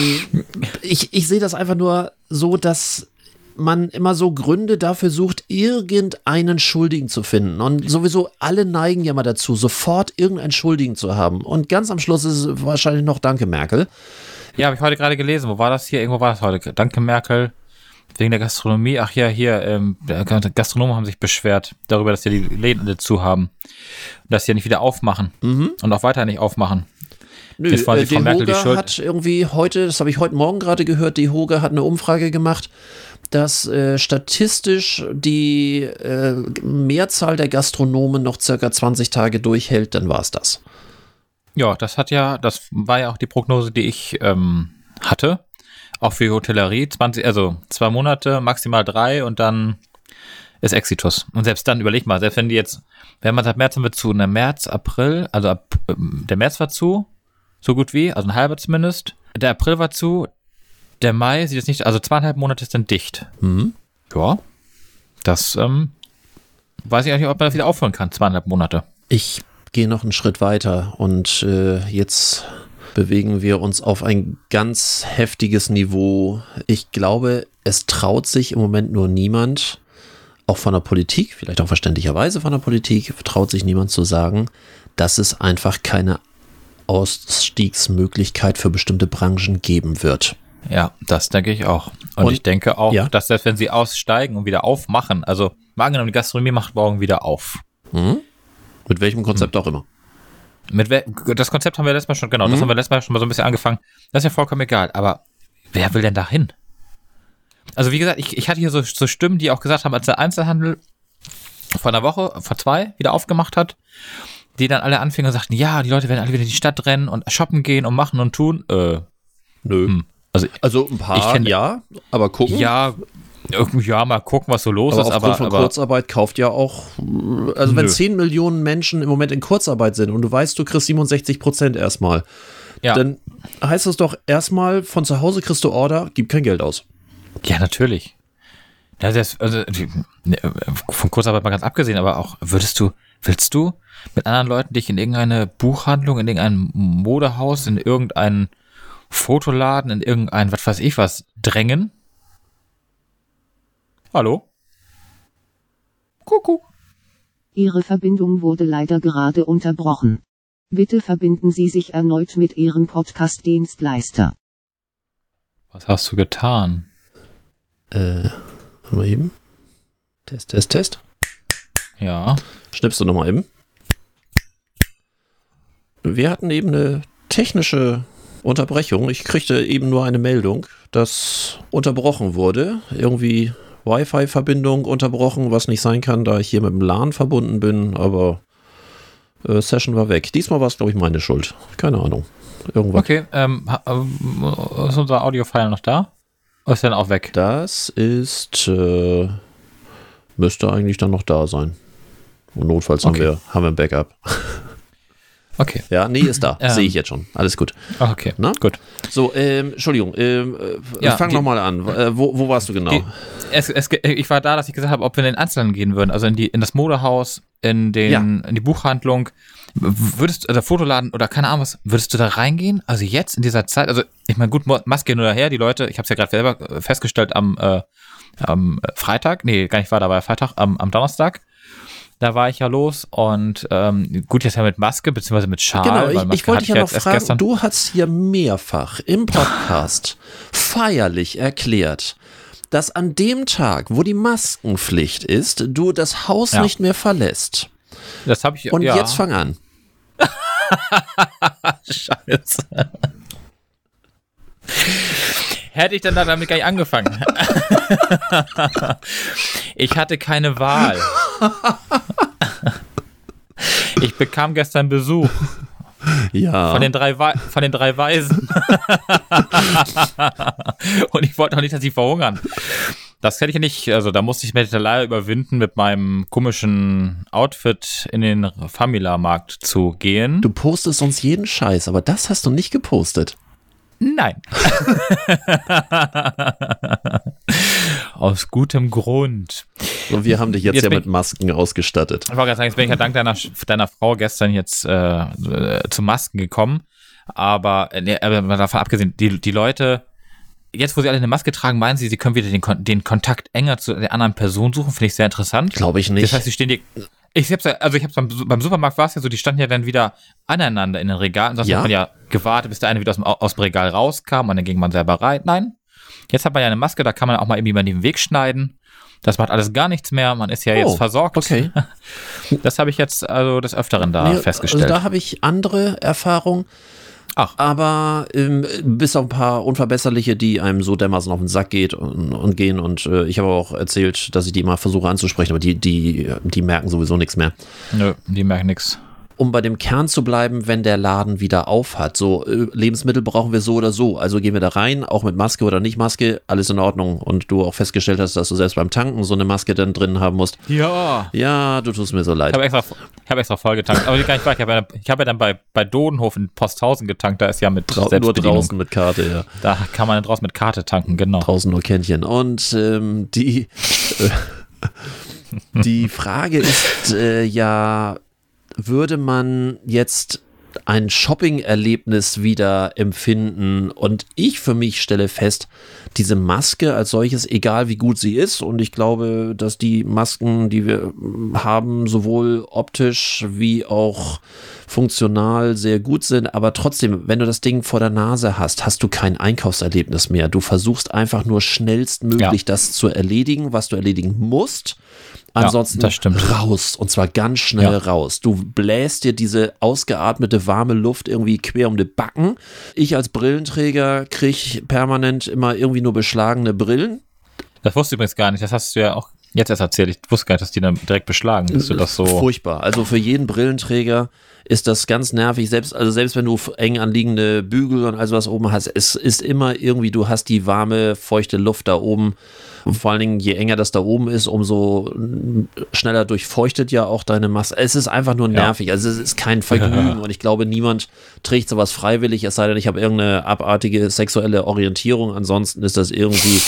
ich sehe das einfach nur so, dass man immer so Gründe dafür sucht, irgendeinen Schuldigen zu finden. Und sowieso alle neigen ja mal dazu, sofort irgendeinen Schuldigen zu haben. Und ganz am Schluss ist es wahrscheinlich noch Danke Merkel. Ja, habe ich heute gerade gelesen. Wo war das hier? Irgendwo war das heute. Danke Merkel. Wegen der Gastronomie. Ach ja, hier. Gastronomen haben sich beschwert darüber, dass sie die Läden zu haben. Dass sie ja nicht wieder aufmachen. Und auch weiter nicht aufmachen. Nö, die Hoge hat irgendwie heute, das habe ich heute Morgen gerade gehört, die Hoge hat eine Umfrage gemacht, dass statistisch die Mehrzahl der Gastronomen noch circa 20 Tage durchhält, dann war es das. Ja, das war ja auch die Prognose, die ich hatte, auch für die Hotellerie, 2 Monate, maximal 3 und dann ist Exitus. Und selbst dann, überleg mal, selbst wenn man seit März haben wir zu, März, April, also der März war zu, so gut wie, also ein halber zumindest, der April war zu, der Mai sieht jetzt nicht, also 2,5 Monate ist dann dicht. Ja, das weiß ich eigentlich, ob man das wieder aufholen kann, 2,5 Monate. Ich gehe noch einen Schritt weiter und jetzt bewegen wir uns auf ein ganz heftiges Niveau. Ich glaube, es traut sich im Moment nur niemand, auch von der Politik, vielleicht auch verständlicherweise von der Politik, traut sich niemand zu sagen, dass es einfach keine Ausstiegsmöglichkeit für bestimmte Branchen geben wird. Ja, das denke ich auch. Und ich denke auch, dass selbst wenn sie aussteigen und wieder aufmachen, also mal angenommen, die Gastronomie macht morgen wieder auf. Mit welchem Konzept auch immer. Das Konzept haben wir letztes Mal schon, genau, das haben wir letztes Mal schon mal so ein bisschen angefangen. Das ist ja vollkommen egal, aber wer will denn da hin? Also wie gesagt, ich hatte hier so Stimmen, die auch gesagt haben, als der Einzelhandel vor einer Woche, vor 2 wieder aufgemacht hat, die dann alle anfingen und sagten, ja, die Leute werden alle wieder in die Stadt rennen und shoppen gehen und machen und tun. Nö. Also ein paar, aber gucken. Ja, mal gucken, was so los ist. Aber von Kurzarbeit kauft ja auch, also wenn 10 Millionen Menschen im Moment in Kurzarbeit sind und du weißt, du kriegst 67% erstmal, dann heißt das doch erstmal, von zu Hause kriegst du Order, gib kein Geld aus. Ja, natürlich. Von Kurzarbeit mal ganz abgesehen, aber auch, willst du mit anderen Leuten dich in irgendeine Buchhandlung, in irgendein Modehaus, in irgendeinen Fotoladen, in irgendein, was weiß ich was, drängen? Hallo? Kuckuck. Ihre Verbindung wurde leider gerade unterbrochen. Bitte verbinden Sie sich erneut mit Ihrem Podcast-Dienstleister. Was hast du getan? Mal eben. Test. Ja. Schnippst du nochmal eben. Wir hatten eben eine technische Unterbrechung. Ich kriegte eben nur eine Meldung, dass unterbrochen wurde. Irgendwie Wi-Fi-Verbindung unterbrochen, was nicht sein kann, da ich hier mit dem LAN verbunden bin, aber Session war weg. Diesmal war es, glaube ich, meine Schuld. Keine Ahnung. Irgendwas. Okay, ist unser Audio-File noch da? Oder ist der dann auch weg? Das ist, müsste eigentlich dann noch da sein. Und notfalls haben wir ein Backup. Okay. Ja, nee, ist da. Sehe ich jetzt schon. Alles gut. Okay, na? Gut. So, Entschuldigung. Fang nochmal an. Wo warst du genau? Ich war da, dass ich gesagt habe, ob wir in den Einzelhandel gehen würden. Also in das Modehaus, in die Buchhandlung. Also Fotoladen oder keine Ahnung was, würdest du da reingehen? Also jetzt in dieser Zeit, also ich meine, gut, Maske nur daher, die Leute, ich habe es ja gerade selber festgestellt am Freitag, nee, gar nicht war, da war ja Freitag, am Donnerstag, Da war ich ja los und gut, jetzt ja mit Maske beziehungsweise mit Schal. Genau, ich wollte dich ja noch fragen, du hast hier mehrfach im Podcast feierlich erklärt, dass an dem Tag, wo die Maskenpflicht ist, du das Haus nicht mehr verlässt. Das habe ich. Und jetzt fang an. Scheiße. Hätte ich dann damit gar nicht angefangen. Ich hatte keine Wahl. Ich bekam gestern Besuch. Ja. Von den drei Weisen. Und ich wollte auch nicht, dass sie verhungern. Das hätte ich ja nicht, also da musste ich mir leider überwinden, mit meinem komischen Outfit in den Famila-Markt zu gehen. Du postest uns jeden Scheiß, aber das hast du nicht gepostet. Nein. Aus gutem Grund. Und wir haben dich jetzt ja mit Masken ausgestattet. Ich wollte gerade sagen, jetzt bin ich ja dank deiner Frau gestern jetzt zu Masken gekommen. Aber davon abgesehen, die Leute, jetzt wo sie alle eine Maske tragen, meinen sie können wieder den Kontakt enger zu der anderen Person suchen. Finde ich sehr interessant. Glaube ich nicht. Das heißt, sie stehen beim Supermarkt war es ja so, die standen ja dann wieder aneinander in den Regalen. Sonst hat man ja gewartet, bis der eine wieder aus dem Regal rauskam und dann ging man selber rein. Nein, jetzt hat man ja eine Maske, da kann man auch mal irgendwie über den Weg schneiden. Das macht alles gar nichts mehr, man ist ja jetzt versorgt. Okay. Das habe ich jetzt also des Öfteren festgestellt. Also da habe ich andere Erfahrungen. Ach. Aber bis auf ein paar Unverbesserliche, die einem so dermaßen auf den Sack gehen. Und ich habe auch erzählt, dass ich die immer versuche anzusprechen, aber die merken sowieso nichts mehr. Nö, die merken nichts. Um bei dem Kern zu bleiben, wenn der Laden wieder auf hat. So, Lebensmittel brauchen wir so oder so. Also gehen wir da rein, auch mit Maske oder nicht Maske, alles in Ordnung. Und du auch festgestellt hast, dass du selbst beim Tanken so eine Maske dann drin haben musst. Ja. Ja, du tust mir so leid. Ich habe extra voll getankt. Aber gar nicht wahr. Ich habe ja dann bei Dodenhof in Posthausen getankt. Da ist ja mit nur draußen mit Karte, ja. Da kann man dann draußen mit Karte tanken, genau. Draußen nur Kännchen. Und die Frage ist würde man jetzt ein Shopping-Erlebnis wieder empfinden? Und ich für mich stelle fest, diese Maske als solches, egal wie gut sie ist, und ich glaube, dass die Masken, die wir haben, sowohl optisch wie auch funktional sehr gut sind, aber trotzdem, wenn du das Ding vor der Nase hast, hast du kein Einkaufserlebnis mehr. Du versuchst einfach nur schnellstmöglich das zu erledigen, was du erledigen musst. Ansonsten raus, und zwar ganz schnell raus. Du bläst dir diese ausgeatmete warme Luft irgendwie quer um die Backen. Ich als Brillenträger kriege permanent immer irgendwie nur beschlagene Brillen. Das wusste ich übrigens gar nicht, das hast du ja auch jetzt erst erzählt. Ich wusste gar nicht, dass die dann direkt beschlagen. Ist das so furchtbar. Also für jeden Brillenträger ist das ganz nervig, selbst wenn du eng anliegende Bügel und all sowas oben hast, es ist immer irgendwie, du hast die warme, feuchte Luft da oben. Und vor allen Dingen, je enger das da oben ist, umso schneller durchfeuchtet ja auch deine Maske. Es ist einfach nur nervig. Also es ist kein Vergnügen und ich glaube, niemand trägt sowas freiwillig, es sei denn, ich habe irgendeine abartige sexuelle Orientierung. Ansonsten ist das irgendwie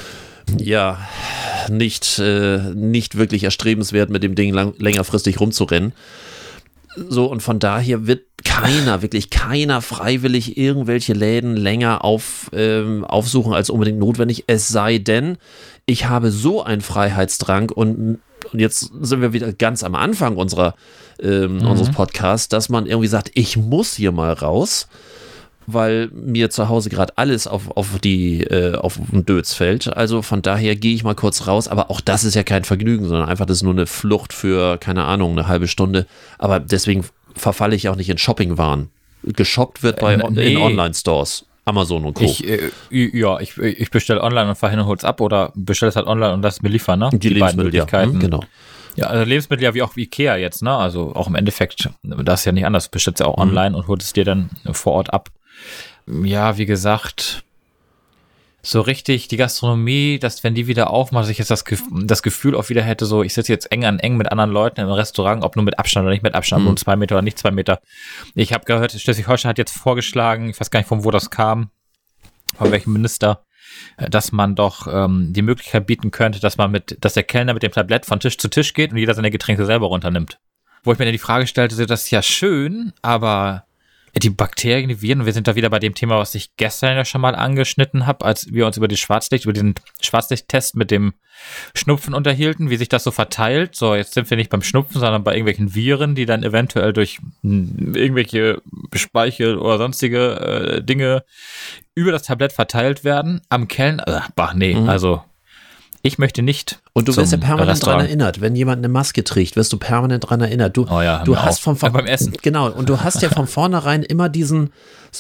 nicht wirklich erstrebenswert, mit dem Ding längerfristig rumzurennen. So, und von daher wird wirklich keiner freiwillig irgendwelche Läden länger aufsuchen als unbedingt notwendig, es sei denn, ich habe so einen Freiheitsdrang und jetzt sind wir wieder ganz am Anfang unseres Podcasts, dass man irgendwie sagt, ich muss hier mal raus, weil mir zu Hause gerade alles auf den Dötz fällt. Also von daher gehe ich mal kurz raus, aber auch das ist ja kein Vergnügen, sondern einfach das ist nur eine Flucht für, keine Ahnung, eine halbe Stunde. Aber deswegen verfalle ich auch nicht in Shoppingwaren. Geshoppt wird in Online-Stores, Amazon und Co. Ich bestelle online und fahre hin und hol's ab oder bestelle es halt online und lass es mir liefern, ne? Die beiden Möglichkeiten. Genau. Ja, also Lebensmittel ja wie auch Ikea jetzt, ne? Also auch im Endeffekt, das ist ja nicht anders. Du bestellst ja auch online und holst es dir dann vor Ort ab. Ja, wie gesagt, so richtig die Gastronomie, dass wenn die wieder aufmacht, ich jetzt das Gefühl auch wieder hätte, so ich sitze jetzt eng an eng mit anderen Leuten im Restaurant, ob nur mit Abstand oder nicht mit Abstand, nur 2 Meter oder nicht 2 Meter. Ich habe gehört, Schleswig-Holstein hat jetzt vorgeschlagen, ich weiß gar nicht, von wo das kam, von welchem Minister, dass man doch die Möglichkeit bieten könnte, dass der Kellner mit dem Tablett von Tisch zu Tisch geht und jeder seine Getränke selber runternimmt. Wo ich mir dann die Frage stellte, das ist ja schön, aber Die Bakterien, die Viren, wir sind da wieder bei dem Thema, was ich gestern ja schon mal angeschnitten habe, als wir uns über diesen Schwarzlichttest mit dem Schnupfen unterhielten, wie sich das so verteilt. So, jetzt sind wir nicht beim Schnupfen, sondern bei irgendwelchen Viren, die dann eventuell durch irgendwelche Speichel oder sonstige Dinge über das Tablett verteilt werden. Am Kellner, also ich möchte nicht. Und du wirst ja permanent Restaurant dran erinnert. Wenn jemand eine Maske trägt, wirst du permanent dran erinnert. Du hast beim Essen. Genau, und du hast ja von vornherein immer diesen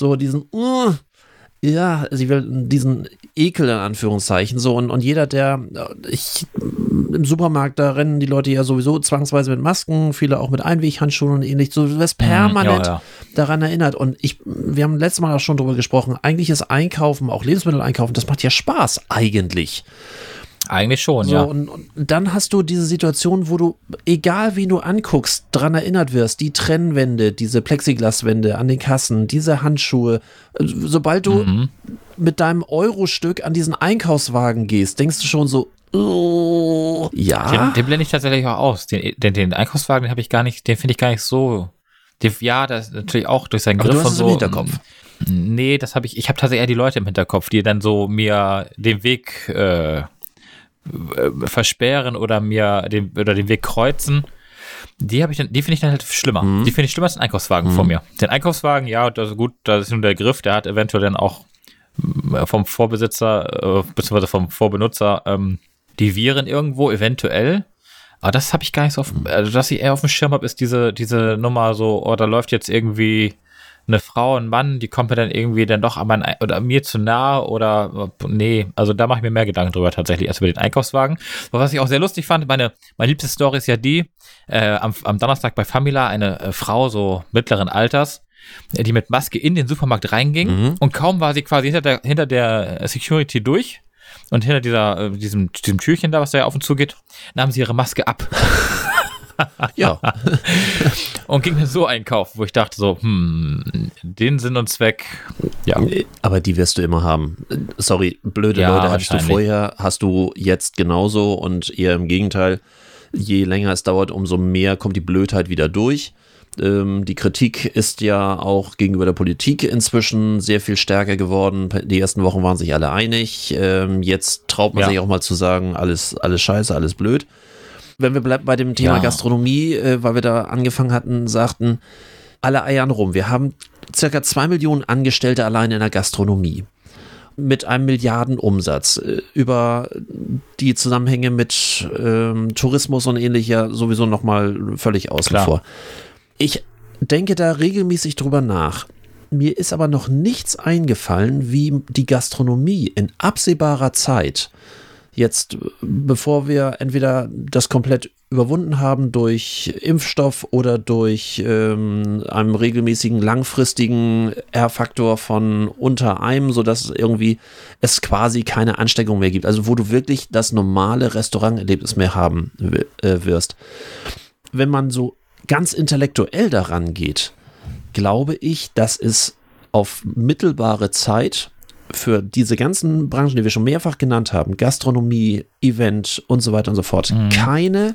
diesen Ekel in Anführungszeichen. So, und jeder, im Supermarkt, da rennen die Leute ja sowieso zwangsweise mit Masken, viele auch mit Einweghandschuhen und ähnlich. So, du wirst permanent daran erinnert. Und wir haben letztes Mal auch schon drüber gesprochen, eigentlich ist Einkaufen, auch Lebensmittel einkaufen, das macht ja Spaß eigentlich. Eigentlich schon, so, ja. Und dann hast du diese Situation, wo du, egal wie du anguckst, dran erinnert wirst, die Trennwände, diese Plexiglaswände an den Kassen, diese Handschuhe. Sobald du mit deinem Eurostück an diesen Einkaufswagen gehst, denkst du schon so, ja. Den blende ich tatsächlich auch aus. Den Einkaufswagen, den finde ich gar nicht so. Das ist natürlich auch durch seinen Griff du hast und es so. Im Hinterkopf. Nee, ich habe tatsächlich eher die Leute im Hinterkopf, die dann so mir den Weg versperren oder mir den Weg kreuzen. Die finde ich dann halt schlimmer. Die finde ich schlimmer als den Einkaufswagen vor mir. Den Einkaufswagen, ja, das ist gut, das ist nur der Griff, der hat eventuell dann auch vom Vorbesitzer, beziehungsweise vom Vorbenutzer, die Viren irgendwo eventuell. Aber das habe ich gar nicht so also was ich eher auf dem Schirm habe, ist diese Nummer so, da läuft jetzt irgendwie eine Frau, ein Mann, die kommt mir dann irgendwie dann doch oder mir zu nahe oder nee, also da mache ich mir mehr Gedanken drüber tatsächlich als über den Einkaufswagen. Aber was ich auch sehr lustig fand, meine liebste Story ist ja die, am Donnerstag bei Famila eine Frau so mittleren Alters, die mit Maske in den Supermarkt reinging und kaum war sie quasi hinter der Security durch und hinter diesem Türchen da, was da ja auf und zu geht, nahm sie ihre Maske ab. Ja. Und ging mir so einkaufen, wo ich dachte so, den Sinn und Zweck, ja. Aber die wirst du immer haben. Sorry, blöde Leute hattest du vorher, hast du jetzt genauso und eher im Gegenteil. Je länger es dauert, umso mehr kommt die Blödheit wieder durch. Die Kritik ist ja auch gegenüber der Politik inzwischen sehr viel stärker geworden. Die ersten Wochen waren sich alle einig. Jetzt traut man sich auch mal zu sagen, alles scheiße, alles blöd. Wenn wir bleiben bei dem Thema Gastronomie, weil wir da angefangen hatten, sagten, alle eiern rum. Wir haben circa 2 Millionen Angestellte allein in der Gastronomie mit einem Milliardenumsatz. Über die Zusammenhänge mit Tourismus und ähnlicher sowieso nochmal völlig außen vor. Ich denke da regelmäßig drüber nach. Mir ist aber noch nichts eingefallen, wie die Gastronomie in absehbarer Zeit jetzt, bevor wir entweder das komplett überwunden haben durch Impfstoff oder durch einen regelmäßigen langfristigen R-Faktor von unter einem, sodass irgendwie es quasi keine Ansteckung mehr gibt. Also wo du wirklich das normale Restauranterlebnis mehr haben wirst. Wenn man so ganz intellektuell daran geht, glaube ich, dass es auf mittelbare Zeit für diese ganzen Branchen, die wir schon mehrfach genannt haben, Gastronomie, Event und so weiter und so fort, keine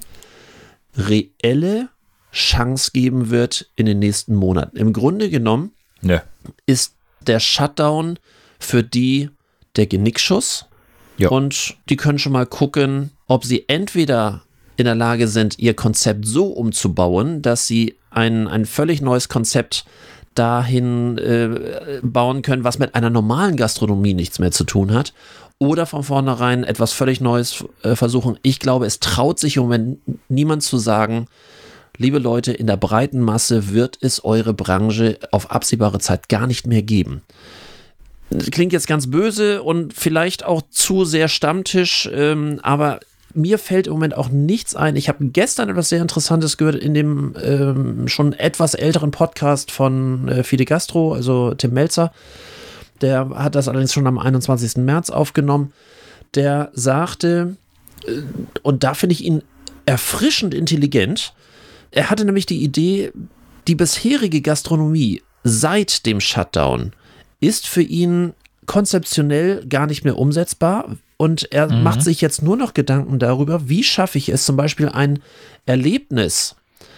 reelle Chance geben wird in den nächsten Monaten. Im Grunde genommen ist der Shutdown für die der Genickschuss und die können schon mal gucken, ob sie entweder in der Lage sind, ihr Konzept so umzubauen, dass sie ein völlig neues Konzept dahin bauen können, was mit einer normalen Gastronomie nichts mehr zu tun hat, oder von vornherein etwas völlig Neues versuchen. Ich glaube, es traut sich im Moment niemand zu sagen, liebe Leute, in der breiten Masse wird es eure Branche auf absehbare Zeit gar nicht mehr geben. Das klingt jetzt ganz böse und vielleicht auch zu sehr Stammtisch, aber mir fällt im Moment auch nichts ein. Ich habe gestern etwas sehr Interessantes gehört in dem schon etwas älteren Podcast von Fide Gastro, also Tim Melzer. Der hat das allerdings schon am 21. März aufgenommen. Der sagte, und da finde ich ihn erfrischend intelligent, er hatte nämlich die Idee, die bisherige Gastronomie seit dem Shutdown ist für ihn konzeptionell gar nicht mehr umsetzbar. Und er macht sich jetzt nur noch Gedanken darüber, wie schaffe ich es, zum Beispiel ein Erlebnis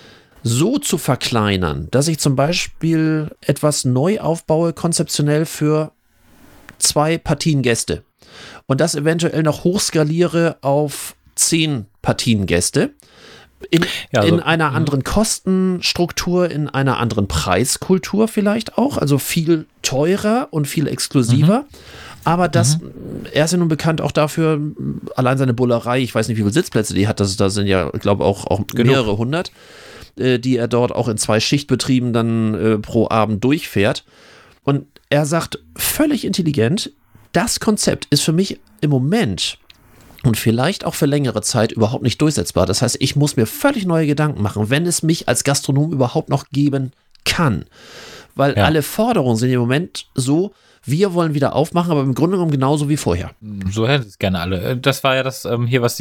so zu verkleinern, dass ich zum Beispiel etwas neu aufbaue, konzeptionell für 2 Partien Gäste und das eventuell noch hochskaliere auf 10 Partien Gäste in einer anderen Kostenstruktur, in einer anderen Preiskultur vielleicht auch, also viel teurer und viel exklusiver. Aber er ist ja nun bekannt auch dafür, allein seine Bullerei, ich weiß nicht, wie viele Sitzplätze die hat, da sind ja, glaube ich, auch mehrere hundert, die er dort auch in 2 Schichtbetrieben dann pro Abend durchfährt. Und er sagt völlig intelligent, das Konzept ist für mich im Moment und vielleicht auch für längere Zeit überhaupt nicht durchsetzbar. Das heißt, ich muss mir völlig neue Gedanken machen, wenn es mich als Gastronom überhaupt noch geben kann. Weil alle Forderungen sind im Moment so, wir wollen wieder aufmachen, aber im Grunde genommen genauso wie vorher. So hätten es gerne alle. Das war ja das hier, was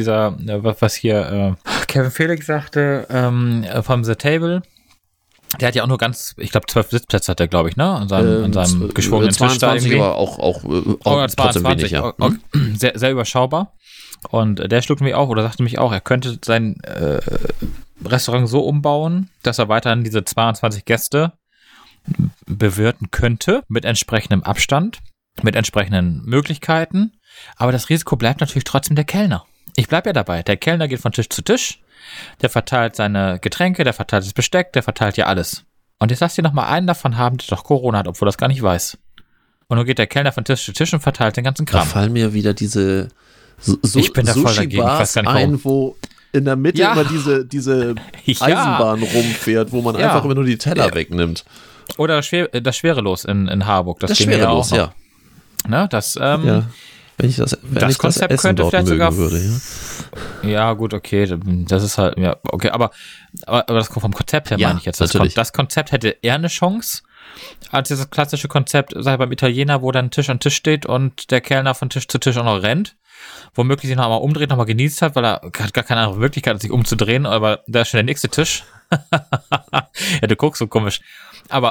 Kevin Felix sagte, vom The Table. Der hat ja auch nur ich glaube 12 Sitzplätze hat er, glaube ich, ne? An seinem geschwungenen Tisch da irgendwie. Aber auch trotzdem 22, wenig, ja. Sehr, sehr überschaubar. Und der schlug mich auch, oder sagte mich auch, er könnte sein Restaurant so umbauen, dass er weiterhin diese 22 Gäste bewirten könnte, mit entsprechendem Abstand, mit entsprechenden Möglichkeiten. Aber das Risiko bleibt natürlich trotzdem der Kellner. Ich bleibe ja dabei. Der Kellner geht von Tisch zu Tisch, der verteilt seine Getränke, der verteilt das Besteck, der verteilt ja alles. Und jetzt lass dir noch mal einen davon haben, der doch Corona hat, obwohl er das gar nicht weiß. Und nun geht der Kellner von Tisch zu Tisch und verteilt den ganzen Kram. Da fallen mir wieder diese ich bin da voll dagegen. Ich weiß gar nicht, ein, wo in der Mitte immer diese Eisenbahn rumfährt, wo man einfach immer nur die Teller wegnimmt. Oder das Schwerelos in Harburg. Das Schwerelos, ja. Ne, das, wenn ich das Konzept Essen könnte dort vielleicht mögen sogar. Würde, ja, gut, okay. Das ist halt, ja, okay. Aber das kommt vom Konzept her, meine ich jetzt. Das Konzept hätte eher eine Chance als dieses klassische Konzept, sei beim Italiener, wo dann Tisch an Tisch steht und der Kellner von Tisch zu Tisch auch noch rennt. Womöglich sich noch einmal umdreht, noch mal genießt hat, weil er hat gar keine andere Möglichkeit, sich umzudrehen, aber da ist schon der nächste Tisch. Ja, du guckst so komisch. Aber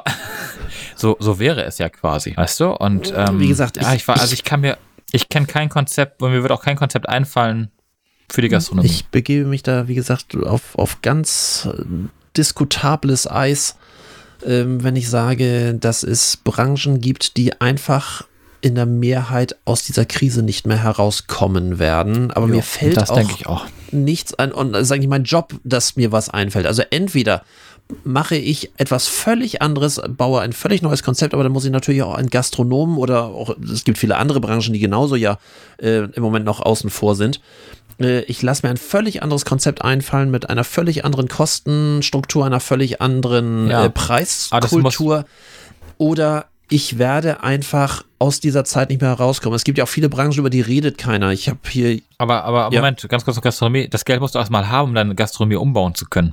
so wäre es ja quasi, weißt du? Und wie gesagt, ich kenne kein Konzept, und mir wird auch kein Konzept einfallen für die Gastronomie. Ich begebe mich da, wie gesagt, auf ganz diskutables Eis, wenn ich sage, dass es Branchen gibt, die einfach in der Mehrheit aus dieser Krise nicht mehr herauskommen werden. Aber mir fällt auch nichts ein. Und das ist eigentlich mein Job, dass mir was einfällt. Also entweder mache ich etwas völlig anderes, baue ein völlig neues Konzept, aber dann muss ich natürlich auch einen Gastronomen oder auch, es gibt viele andere Branchen, die genauso im Moment noch außen vor sind. Ich lasse mir ein völlig anderes Konzept einfallen mit einer völlig anderen Kostenstruktur, einer völlig anderen Preiskultur. Oder ich werde einfach aus dieser Zeit nicht mehr herauskommen. Es gibt ja auch viele Branchen, über die redet keiner. Ich habe hier... Aber Moment, ganz kurz noch Gastronomie. Das Geld musst du erstmal haben, um deine Gastronomie umbauen zu können.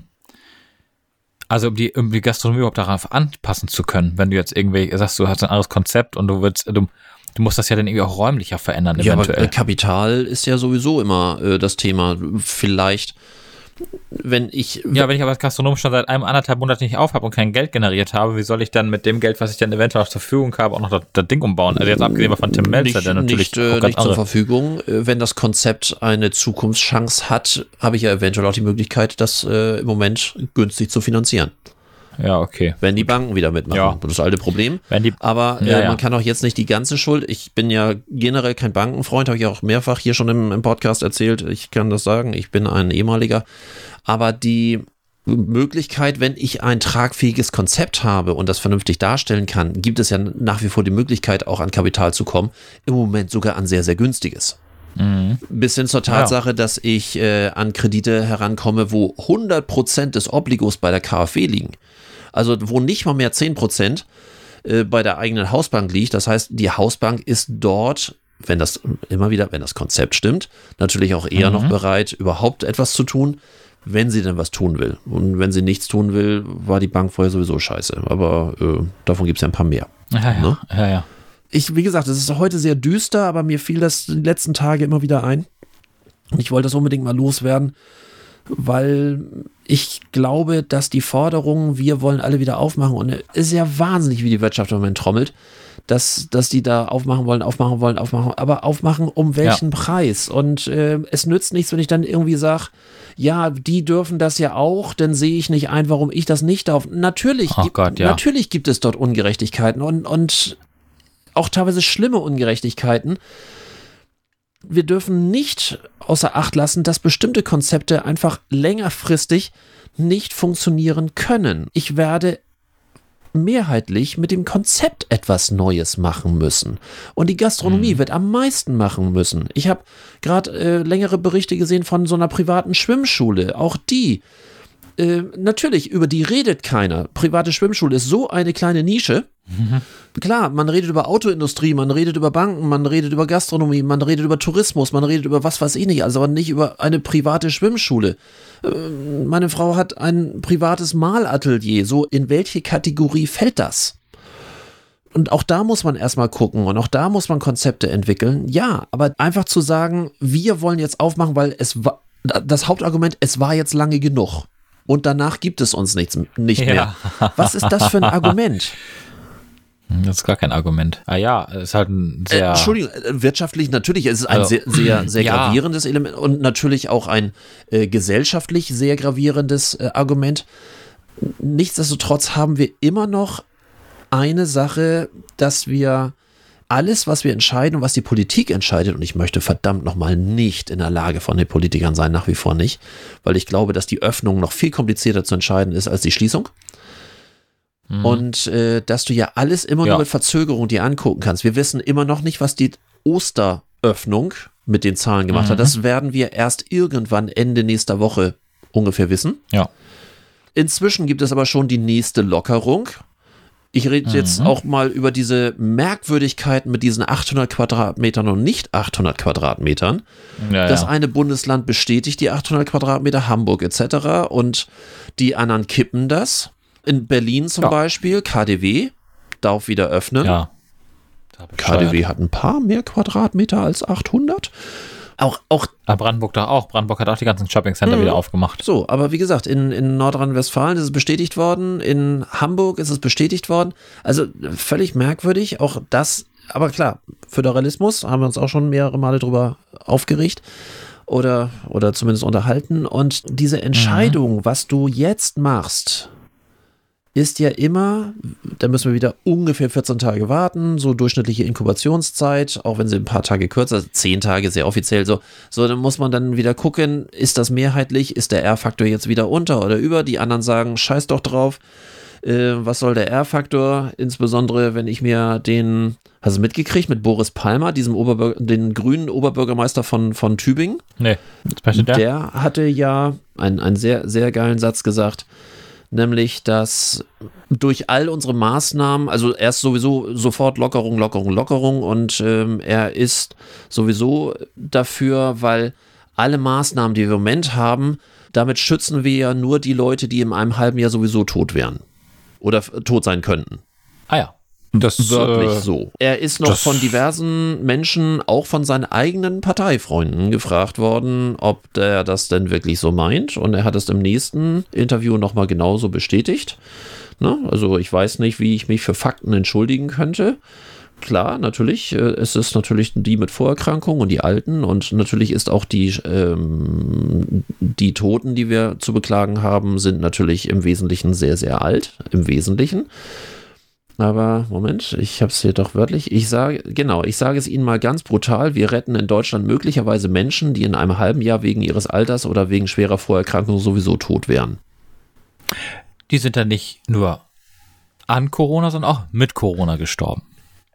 Also um die Gastronomie überhaupt darauf anpassen zu können. Wenn du jetzt irgendwie sagst, du hast ein anderes Konzept und du musst das ja dann irgendwie auch räumlicher verändern eventuell. Ja, aber Kapital ist ja sowieso immer das Thema. Vielleicht... Wenn ich aber als Gastronom schon seit 1,5 Monaten nicht auf habe und kein Geld generiert habe, wie soll ich dann mit dem Geld, was ich dann eventuell zur Verfügung habe, auch noch das Ding umbauen? Also jetzt abgesehen von Tim Melzer, der natürlich nicht zur Verfügung. Wenn das Konzept eine Zukunftschance hat, habe ich ja eventuell auch die Möglichkeit, das im Moment günstig zu finanzieren. Ja, okay. Wenn die Banken wieder mitmachen. Ja. Das alte Problem. Aber man kann auch jetzt nicht die ganze Schuld. Ich bin ja generell kein Bankenfreund, habe ich auch mehrfach hier schon im Podcast erzählt. Ich kann das sagen, ich bin ein ehemaliger. Aber die Möglichkeit, wenn ich ein tragfähiges Konzept habe und das vernünftig darstellen kann, gibt es ja nach wie vor die Möglichkeit, auch an Kapital zu kommen. Im Moment sogar an sehr, sehr günstiges. Bis hin zur Tatsache, dass ich an Kredite herankomme, wo 100% des Obligos bei der KfW liegen. Also wo nicht mal mehr 10% bei der eigenen Hausbank liegt. Das heißt, die Hausbank ist dort, wenn das Konzept stimmt, natürlich auch eher noch bereit, überhaupt etwas zu tun, wenn sie denn was tun will. Und wenn sie nichts tun will, war die Bank vorher sowieso scheiße. Aber davon gibt es ja ein paar mehr. Ne? Ja. Wie gesagt, es ist heute sehr düster, aber mir fiel das die letzten Tage immer wieder ein. Und ich wollte das unbedingt mal loswerden. weil ich glaube, dass die Forderung, wir wollen alle wieder aufmachen, und es ist ja wahnsinnig, wie die Wirtschaft im Moment trommelt, dass die da aufmachen wollen, aber aufmachen um welchen Preis? Und es nützt nichts, wenn ich dann irgendwie sage, ja, die dürfen das ja auch, dann sehe ich nicht ein, warum ich das nicht darf. Natürlich gibt es dort Ungerechtigkeiten und auch teilweise schlimme Ungerechtigkeiten. Wir dürfen nicht außer Acht lassen, dass bestimmte Konzepte einfach längerfristig nicht funktionieren können. Ich werde mehrheitlich mit dem Konzept etwas Neues machen müssen. Und die Gastronomie wird am meisten machen müssen. Ich habe gerade längere Berichte gesehen von so einer privaten Schwimmschule. Auch die, natürlich, über die redet keiner. Private Schwimmschule ist so eine kleine Nische. Klar, man redet über Autoindustrie, man redet über Banken, man redet über Gastronomie, man redet über Tourismus, man redet über was weiß ich nicht, also aber nicht über eine private Schwimmschule. Meine Frau hat ein privates Malatelier, so in welche Kategorie fällt das? Und auch da muss man erstmal gucken und auch da muss man Konzepte entwickeln. Ja, aber einfach zu sagen, wir wollen jetzt aufmachen, weil das Hauptargument, es war jetzt lange genug und danach gibt es uns nicht mehr. Was ist das für ein Argument? Das ist gar kein Argument. Ja, es ist halt ein sehr... Entschuldigung, wirtschaftlich natürlich, es ist ein sehr gravierendes Element und natürlich auch ein gesellschaftlich sehr gravierendes Argument. Nichtsdestotrotz haben wir immer noch eine Sache, dass wir alles, was wir entscheiden und was die Politik entscheidet, und ich möchte verdammt nochmal nicht in der Lage von den Politikern sein, nach wie vor nicht, weil ich glaube, dass die Öffnung noch viel komplizierter zu entscheiden ist als die Schließung. Und dass du ja alles immer nur mit Verzögerung dir angucken kannst. Wir wissen immer noch nicht, was die Osteröffnung mit den Zahlen gemacht hat. Das werden wir erst irgendwann Ende nächster Woche ungefähr wissen. Ja. Inzwischen gibt es aber schon die nächste Lockerung. Ich rede jetzt auch mal über diese Merkwürdigkeiten mit diesen 800 Quadratmetern und nicht 800 Quadratmetern. Das eine Bundesland bestätigt die 800 Quadratmeter, Hamburg etc. und die anderen kippen das. In Berlin zum Beispiel, KaDeWe darf wieder öffnen. Ja. KaDeWe hat ein paar mehr Quadratmeter als 800. Auch Brandenburg doch auch. Brandenburg hat auch die ganzen Shoppingcenter wieder aufgemacht. So, aber wie gesagt, in Nordrhein-Westfalen ist es bestätigt worden, in Hamburg ist es bestätigt worden. Also völlig merkwürdig, auch das, aber klar, Föderalismus, haben wir uns auch schon mehrere Male drüber aufgeregt oder zumindest unterhalten. Und diese Entscheidung, was du jetzt machst, ist ja immer, da müssen wir wieder ungefähr 14 Tage warten, so durchschnittliche Inkubationszeit, auch wenn sie ein paar Tage kürzer, 10 Tage sehr offiziell so, dann muss man dann wieder gucken, ist das mehrheitlich, ist der R-Faktor jetzt wieder unter oder über, die anderen sagen, scheiß doch drauf, was soll der R-Faktor, insbesondere wenn ich mir hast du mitgekriegt, mit Boris Palmer, den grünen Oberbürgermeister von Tübingen? Nee, der hatte ja einen sehr, sehr geilen Satz gesagt, nämlich, dass durch all unsere Maßnahmen, also erst sowieso sofort Lockerung und er ist sowieso dafür, weil alle Maßnahmen, die wir im Moment haben, damit schützen wir ja nur die Leute, die in einem halben Jahr sowieso tot wären oder tot sein könnten. Ah ja. Das wirklich so. Er ist noch von diversen Menschen, auch von seinen eigenen Parteifreunden, gefragt worden, ob der das denn wirklich so meint. Und er hat es im nächsten Interview nochmal genauso bestätigt. Ne? Also ich weiß nicht, wie ich mich für Fakten entschuldigen könnte. Klar, natürlich, es ist natürlich die mit Vorerkrankungen und die Alten und natürlich ist auch die Toten, die wir zu beklagen haben, sind natürlich im Wesentlichen sehr, sehr alt. Im Wesentlichen. Aber, Moment, ich habe es hier doch wörtlich. Ich sage es Ihnen mal ganz brutal. Wir retten in Deutschland möglicherweise Menschen, die in einem halben Jahr wegen ihres Alters oder wegen schwerer Vorerkrankung sowieso tot wären. Die sind dann nicht nur an Corona, sondern auch mit Corona gestorben.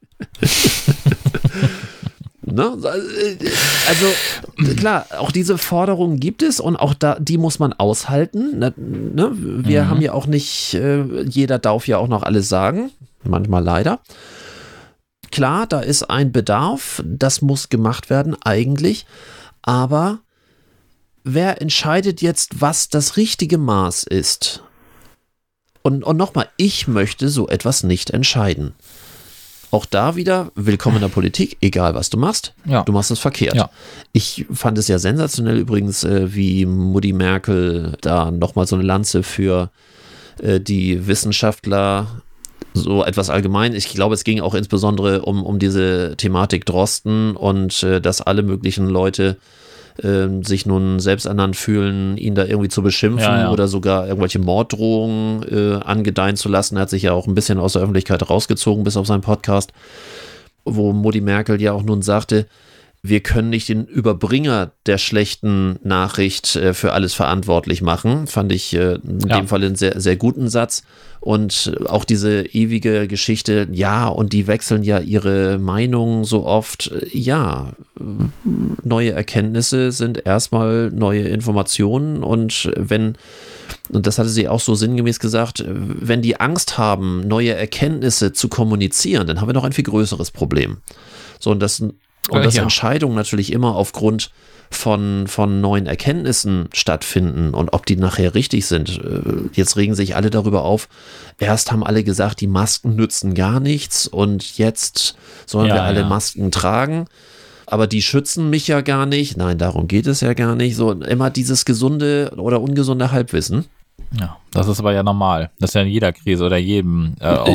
Ne? Also klar, auch diese Forderungen gibt es und auch die muss man aushalten. Ne? Wir haben ja auch nicht, jeder darf ja auch noch alles sagen, manchmal leider. Klar, da ist ein Bedarf, das muss gemacht werden eigentlich, aber wer entscheidet jetzt, was das richtige Maß ist? Und nochmal, ich möchte so etwas nicht entscheiden. auch da wieder, willkommen in der Politik, egal was du machst, du machst es verkehrt. Ja. Ich fand es ja sensationell übrigens, wie Mutti Merkel da nochmal so eine Lanze für die Wissenschaftler, so etwas allgemein. Ich glaube, es ging auch insbesondere um diese Thematik Drosten und dass alle möglichen Leute sich nun selbst ernannt fühlen, ihn da irgendwie zu beschimpfen oder sogar irgendwelche Morddrohungen angedeihen zu lassen. Er hat sich ja auch ein bisschen aus der Öffentlichkeit rausgezogen, bis auf seinen Podcast, wo Mutti Merkel ja auch nun sagte, wir können nicht den Überbringer der schlechten Nachricht für alles verantwortlich machen. Fand ich in dem Fall einen sehr, sehr guten Satz. Und auch diese ewige Geschichte, und die wechseln ja ihre Meinung so oft. Ja, neue Erkenntnisse sind erstmal neue Informationen. Und das hatte sie auch so sinngemäß gesagt, wenn die Angst haben, neue Erkenntnisse zu kommunizieren, dann haben wir noch ein viel größeres Problem. So, und dass Entscheidungen natürlich immer aufgrund von neuen Erkenntnissen stattfinden und ob die nachher richtig sind. Jetzt regen sich alle darüber auf. Erst haben alle gesagt, die Masken nützen gar nichts und jetzt sollen wir alle Masken tragen. Aber die schützen mich ja gar nicht. Nein, darum geht es ja gar nicht. So immer dieses gesunde oder ungesunde Halbwissen. Ja, das ist aber ja normal. Das ist ja in jeder Krise oder jedem.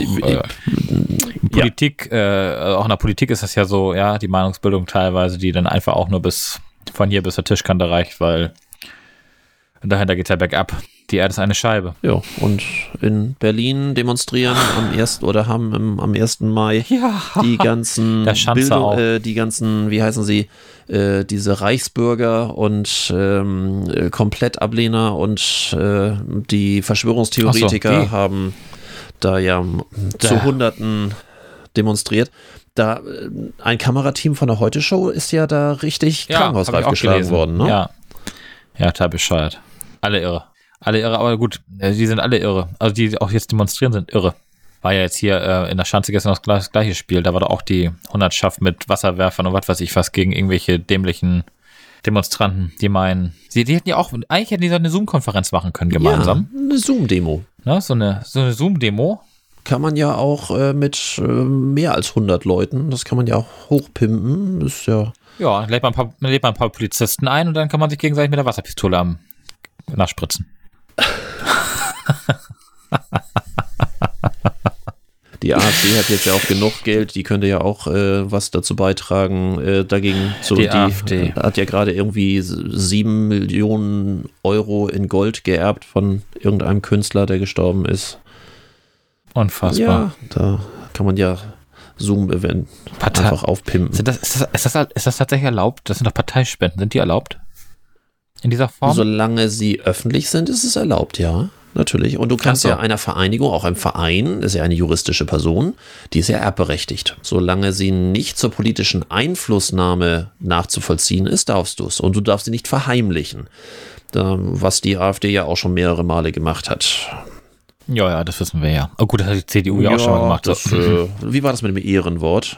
Politik, auch in der Politik ist das ja so, die Meinungsbildung teilweise, die dann einfach auch nur von hier bis zur Tischkante reicht, weil dahinter geht es ja bergab. Die Erde ist eine Scheibe. Ja, und in Berlin demonstrieren haben am 1. Mai die ganzen die ganzen, wie heißen sie, diese Reichsbürger und Komplettablehner und die Verschwörungstheoretiker haben da zu Hunderten demonstriert. Da ein Kamerateam von der Heute-Show ist ja da richtig krankenhausreif geschlagen worden, ne? Ja, total bescheuert. Alle irre, aber gut, die sind alle irre. Also die auch jetzt demonstrieren, sind irre. War ja jetzt hier in der Schanze gestern das gleiche Spiel. Da war doch auch die Hundertschaft mit Wasserwerfern und was weiß ich was gegen irgendwelche dämlichen Demonstranten, die meinen, die hätten ja auch, eigentlich hätten die so eine Zoom-Konferenz machen können gemeinsam. Ja, eine Zoom-Demo. Na, so eine Zoom-Demo. Kann man ja auch mit mehr als 100 Leuten, das kann man ja auch hochpimpen. Das ist ja, lädt man ein paar Polizisten ein und dann kann man sich gegenseitig mit der Wasserpistole nachspritzen. Die AfD hat jetzt ja auch genug Geld, die könnte ja auch was dazu beitragen dagegen. Die AfD hat ja gerade irgendwie 7 Millionen Euro in Gold geerbt von irgendeinem Künstler, der gestorben ist. Unfassbar. Ja, da kann man ja Zoom-Event einfach aufpimpen. Ist das tatsächlich erlaubt? Das sind doch Parteispenden. Sind die erlaubt? In dieser Form? Solange sie öffentlich sind, ist es erlaubt, ja. Natürlich. Und du kannst ja einer Vereinigung, auch einem Verein, das ist ja eine juristische Person, die ist ja erbberechtigt. Solange sie nicht zur politischen Einflussnahme nachzuvollziehen ist, darfst du es. Und du darfst sie nicht verheimlichen. Was die AfD ja auch schon mehrere Male gemacht hat. Ja, das wissen wir ja. Oh gut, das hat die CDU ja auch schon mal gemacht. Wie war das mit dem Ehrenwort?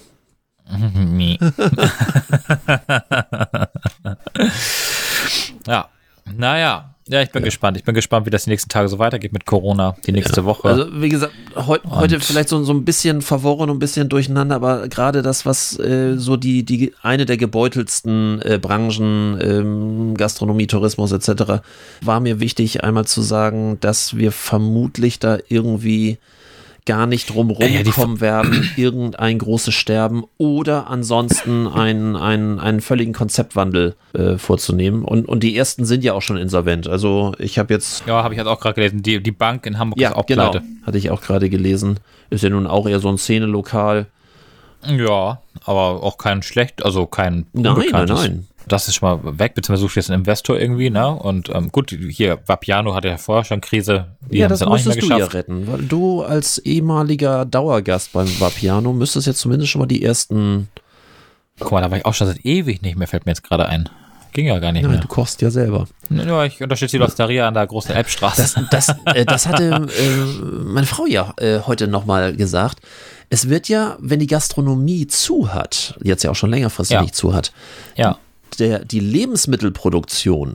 Ja, naja. Ja, ich bin gespannt. Ich bin gespannt, wie das die nächsten Tage so weitergeht mit Corona, die nächste Woche. Also wie gesagt, heute vielleicht so ein bisschen verworren und ein bisschen durcheinander, aber gerade das, was so die eine der gebeutelsten Branchen, Gastronomie, Tourismus etc., war mir wichtig, einmal zu sagen, dass wir vermutlich da irgendwie gar nicht drum rumkommen werden, irgendein großes Sterben oder ansonsten einen völligen Konzeptwandel vorzunehmen. Und die ersten sind ja auch schon insolvent. Also ich habe jetzt... Ja, habe ich jetzt auch gerade gelesen. Die Bank in Hamburg ist auch pleite. Hatte ich auch gerade gelesen. Ist ja nun auch eher so ein Szenelokal. Ja, aber auch kein unbekanntes. Nein. Das ist schon mal weg, beziehungsweise sucht jetzt einen Investor irgendwie, ne? Und gut, hier, Vapiano hatte ja vorher schon Krise. Die haben es dann auch nicht mehr geschafft. Das musstest du ja retten, weil du als ehemaliger Dauergast beim Vapiano müsstest jetzt zumindest schon mal die ersten... Guck mal, da war ich auch schon seit ewig nicht mehr, fällt mir jetzt gerade ein. Ging ja gar nicht mehr. Nein, du kochst ja selber. Ja, ich unterstütze die Losteria an der großen Elbstraße. Das hatte meine Frau ja heute nochmal gesagt. Es wird ja, wenn die Gastronomie zu hat, jetzt ja auch schon längerfristig nicht zu hat, die Lebensmittelproduktion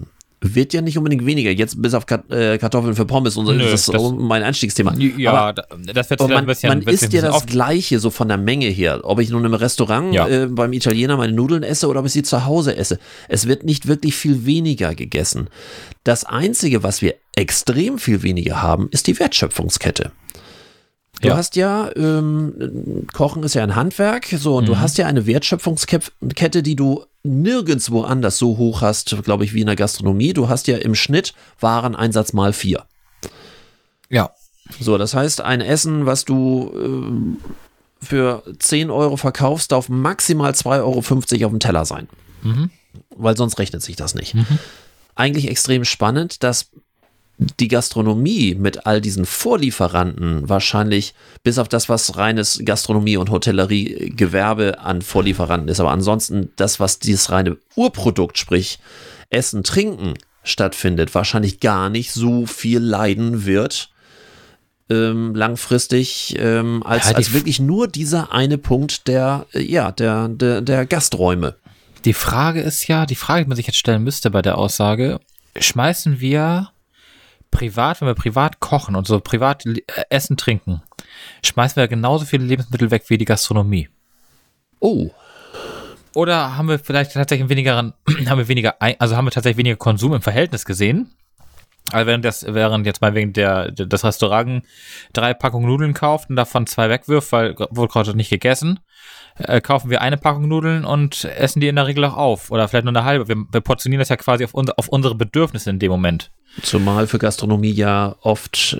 wird ja nicht unbedingt weniger. Jetzt bis auf Kartoffeln für Pommes und so, Nö, das ist so mein Einstiegsthema. Ja, aber das wird man, ein bisschen. man isst ja das Gleiche so von der Menge her. Ob ich nun im Restaurant beim Italiener meine Nudeln esse oder ob ich sie zu Hause esse. Es wird nicht wirklich viel weniger gegessen. Das Einzige, was wir extrem viel weniger haben, ist die Wertschöpfungskette. Du hast ja, Kochen ist ja ein Handwerk, so, und du hast ja eine Wertschöpfungskette, die du nirgendwo anders so hoch hast, glaube ich, wie in der Gastronomie. Du hast ja im Schnitt Wareneinsatz mal 4. Ja. So, das heißt, ein Essen, was du für 10 Euro verkaufst, darf maximal 2,50 Euro auf dem Teller sein. Weil sonst rechnet sich das nicht. Eigentlich extrem spannend, dass die Gastronomie mit all diesen Vorlieferanten wahrscheinlich, bis auf das, was reines Gastronomie- und Hotellerie-Gewerbe an Vorlieferanten ist, aber ansonsten das, was dieses reine Urprodukt, sprich Essen, Trinken stattfindet, wahrscheinlich gar nicht so viel leiden wird langfristig, als wirklich nur dieser eine Punkt der Gasträume. Die Frage, die man sich jetzt stellen müsste bei der Aussage, schmeißen wir privat, wenn wir privat kochen und so privat essen, trinken, schmeißen wir genauso viele Lebensmittel weg wie die Gastronomie. Oh. Oder haben wir vielleicht tatsächlich haben wir tatsächlich weniger Konsum im Verhältnis gesehen? Also während jetzt mal wegen das Restaurant 3 Packungen Nudeln kauft und davon 2 wegwirft, weil wurde gerade nicht gegessen, kaufen wir eine Packung Nudeln und essen die in der Regel auch auf. Oder vielleicht nur eine halbe. Wir portionieren das ja quasi auf unsere Bedürfnisse in dem Moment. Zumal für Gastronomie ja oft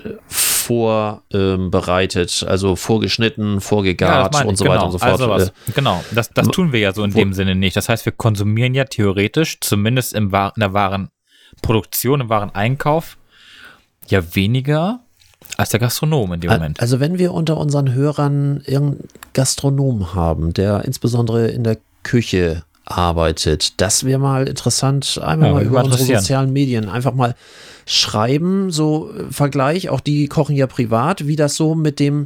vorbereitet, also vorgeschnitten, vorgegart und so weiter und so fort. Also genau, das tun wir ja so in dem Sinne nicht. Das heißt, wir konsumieren ja theoretisch, zumindest in der Warenproduktion, im Wareneinkauf, ja weniger als der Gastronom in dem Moment. Also wenn wir unter unseren Hörern irgendeinen Gastronom haben, der insbesondere in der Küche arbeitet, das wäre mal interessant, einmal mal über unsere sozialen Medien einfach mal schreiben, so Vergleich, auch die kochen ja privat, wie das so mit dem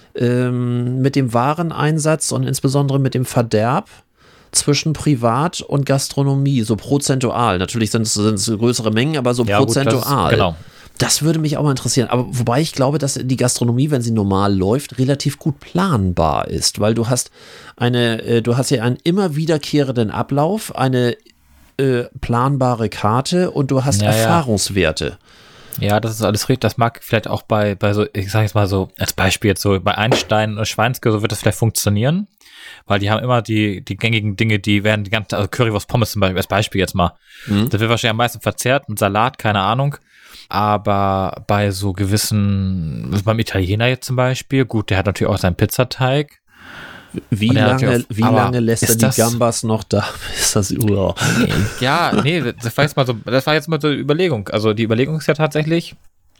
Wareneinsatz und insbesondere mit dem Verderb zwischen Privat und Gastronomie, so prozentual. Natürlich sind es größere Mengen, aber so prozentual. Genau. Das würde mich auch mal interessieren. Aber wobei ich glaube, dass die Gastronomie, wenn sie normal läuft, relativ gut planbar ist, weil du hast ja einen immer wiederkehrenden Ablauf, eine planbare Karte und du hast Erfahrungswerte. Ja, das ist alles richtig. Das mag vielleicht auch bei so, ich sage jetzt mal so, als Beispiel jetzt so, bei Einstein und Schweinske, so wird das vielleicht funktionieren, weil die haben immer die gängigen Dinge, die werden die ganze, also Currywurst Pommes zum Beispiel, als Beispiel jetzt mal. Das wird wahrscheinlich am meisten verzehrt mit Salat, keine Ahnung. Aber bei so gewissen, beim Italiener jetzt zum Beispiel, gut, der hat natürlich auch seinen Pizzateig. Wie lange lässt er die Gambas noch da? Ist das Ja, nee, das war jetzt mal so die Überlegung. Also die Überlegung ist ja tatsächlich,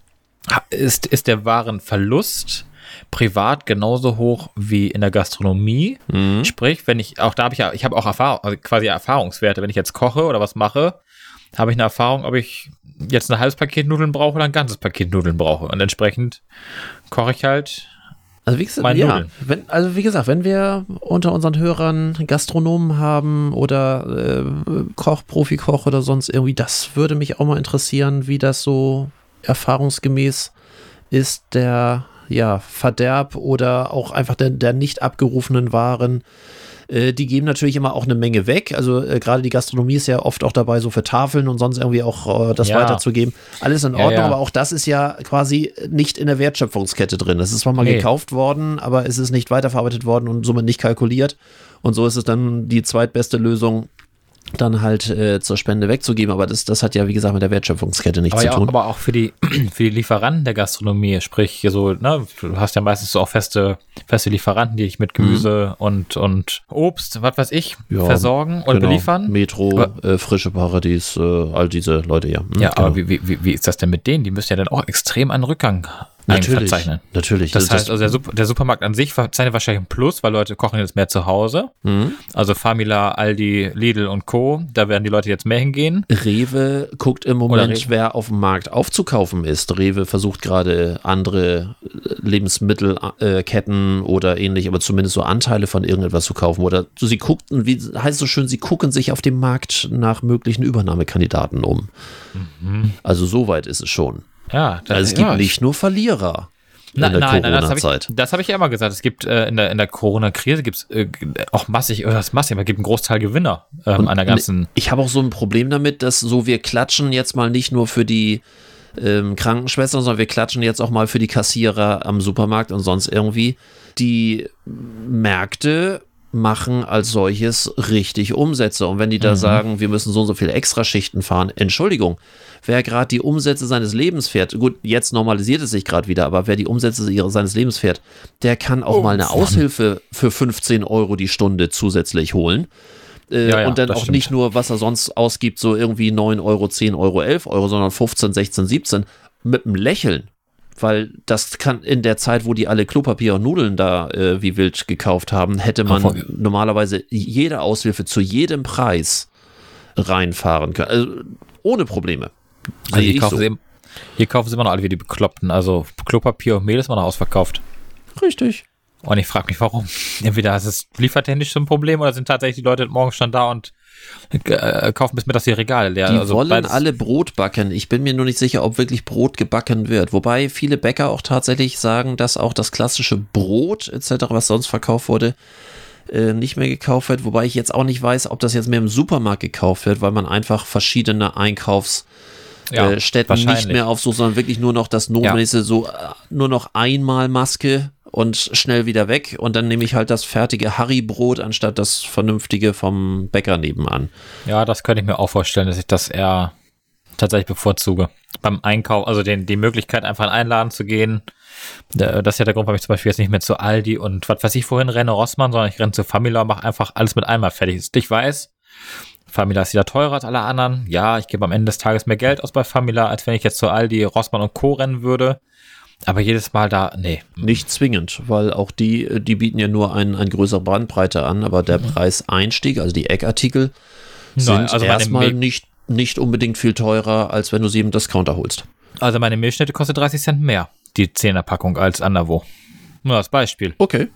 ist der Warenverlust privat genauso hoch wie in der Gastronomie? Sprich, wenn ich habe auch Erfahrung, also quasi Erfahrungswerte, wenn ich jetzt koche oder was mache, habe ich eine Erfahrung, ob ich jetzt ein halbes Paket Nudeln brauche oder ein ganzes Paket Nudeln brauche. Und entsprechend koche ich halt. Also wie gesagt, wenn wir unter unseren Hörern Gastronomen haben oder Profi-Koch oder sonst irgendwie, das würde mich auch mal interessieren, wie das so erfahrungsgemäß ist, der Verderb oder auch einfach der nicht abgerufenen Waren. Die geben natürlich immer auch eine Menge weg. Also gerade die Gastronomie ist ja oft auch dabei, so für Tafeln und sonst irgendwie auch das weiterzugeben. Alles in Ordnung, aber auch das ist ja quasi nicht in der Wertschöpfungskette drin. Es ist zwar mal gekauft worden, aber es ist nicht weiterverarbeitet worden und somit nicht kalkuliert. Und so ist es dann die zweitbeste Lösung, dann halt zur Spende wegzugeben, aber das hat ja, wie gesagt, mit der Wertschöpfungskette nichts zu tun. Aber auch für die Lieferanten der Gastronomie, sprich so, ne, du hast ja meistens so auch feste Lieferanten, die dich mit Gemüse und Obst, was weiß ich, versorgen und beliefern. Metro, Frische Paradies, all diese Leute, ja. Ja, aber wie ist das denn mit denen? Die müssen ja dann auch extrem einen Rückgang verzeichnen. Natürlich. Das heißt, also der Supermarkt an sich verzeichnet wahrscheinlich ein Plus, weil Leute kochen jetzt mehr zu Hause. Also Famila, Aldi, Lidl und Co., da werden die Leute jetzt mehr hingehen. Rewe guckt im Moment, wer auf dem Markt aufzukaufen ist. Rewe versucht gerade andere Lebensmittelketten oder ähnlich, aber zumindest so Anteile von irgendetwas zu kaufen. Oder sie guckten, wie heißt es so schön, sie gucken sich auf dem Markt nach möglichen Übernahmekandidaten um. Also so weit ist es schon. Ja, also es gibt nicht nur Verlierer in der Corona-Zeit. Das habe ich ja immer gesagt. Es gibt in der Corona-Krise gibt es auch massig, aber es gibt einen Großteil Gewinner an der ganzen. Ich habe auch so ein Problem damit, dass so wir klatschen jetzt mal nicht nur für die Krankenschwestern, sondern wir klatschen jetzt auch mal für die Kassierer am Supermarkt und sonst irgendwie. Die Märkte machen als solches richtig Umsätze. Und wenn die da sagen, wir müssen so und so viele Extraschichten fahren, Entschuldigung, wer gerade die Umsätze seines Lebens fährt, gut, jetzt normalisiert es sich gerade wieder, aber wer die Umsätze seines Lebens fährt, der kann auch mal eine Aushilfe für 15 € die Stunde zusätzlich holen. Und dann auch stimmt. nicht nur, was er sonst ausgibt, so irgendwie 9 €, 10 €, 11 €, sondern 15, 16, 17 mit einem Lächeln. Weil das kann in der Zeit, wo die alle Klopapier und Nudeln da wie wild gekauft haben, hätte man normalerweise jede Aushilfe zu jedem Preis reinfahren können. Also ohne Probleme. Also hier kaufen sie immer noch alle wie die Bekloppten. Also Klopapier und Mehl ist immer noch ausverkauft. Richtig. Und ich frage mich, warum. Entweder ist es liefertechnisch so ein Problem oder sind tatsächlich die Leute morgen schon da und kaufen bis mittags die Regale leer. Die wollen alle Brot backen. Ich bin mir nur nicht sicher, ob wirklich Brot gebacken wird. Wobei viele Bäcker auch tatsächlich sagen, dass auch das klassische Brot etc., was sonst verkauft wurde, nicht mehr gekauft wird. Wobei ich jetzt auch nicht weiß, ob das jetzt mehr im Supermarkt gekauft wird, weil man einfach verschiedene Einkaufsstätten nicht mehr aufsucht, sondern wirklich nur noch das Notwendigste, so nur noch einmal Maske und schnell wieder weg und dann nehme ich halt das fertige Harry-Brot anstatt das vernünftige vom Bäcker nebenan. Ja, das könnte ich mir auch vorstellen, dass ich das eher tatsächlich bevorzuge. Beim Einkauf, also die Möglichkeit, einfach in einen Laden zu gehen, das ist ja der Grund, warum ich zum Beispiel jetzt nicht mehr zu Aldi und was weiß ich vorhin renne, Rossmann, sondern ich renne zu Famila und mache einfach alles mit einmal fertig. Ich weiß, Famila ist wieder teurer als alle anderen. Ja, ich gebe am Ende des Tages mehr Geld aus bei Famila, als wenn ich jetzt zu Aldi, Rossmann und Co. rennen würde. Aber jedes Mal nee. Nicht zwingend, weil auch die bieten ja nur eine größere Bandbreite an, aber der Preiseinstieg, also die Eckartikel, sind erstmal nicht unbedingt viel teurer, als wenn du sie im Discounter holst. Also meine Milchschnitte kostet 30 Cent mehr, die 10er-Packung, als anderswo. Nur als Beispiel. Okay.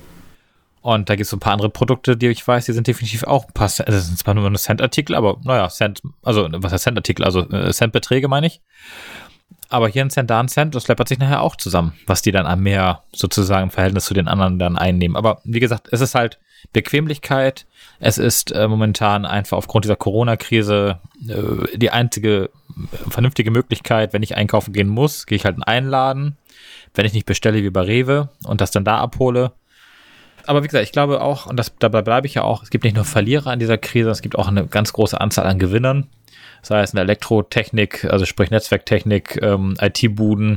Und da gibt es so ein paar andere Produkte, die ich weiß, die sind definitiv auch ein paar Cent, das sind zwar nur eine Cent-Artikel, aber naja, was heißt Cent-Artikel? Also Centbeträge meine ich. Aber hier ein Cent, da ein Cent, das läppert sich nachher auch zusammen, was die dann an mehr sozusagen im Verhältnis zu den anderen dann einnehmen. Aber wie gesagt, es ist halt Bequemlichkeit. Es ist momentan einfach aufgrund dieser Corona-Krise die einzige vernünftige Möglichkeit, wenn ich einkaufen gehen muss, gehe ich halt in einen Laden, wenn ich nicht bestelle wie bei Rewe und das dann da abhole. Aber wie gesagt, ich glaube auch, und dabei bleibe ich ja auch, es gibt nicht nur Verlierer an dieser Krise, es gibt auch eine ganz große Anzahl an Gewinnern. Sei es in der Elektrotechnik, also sprich Netzwerktechnik, IT-Buden,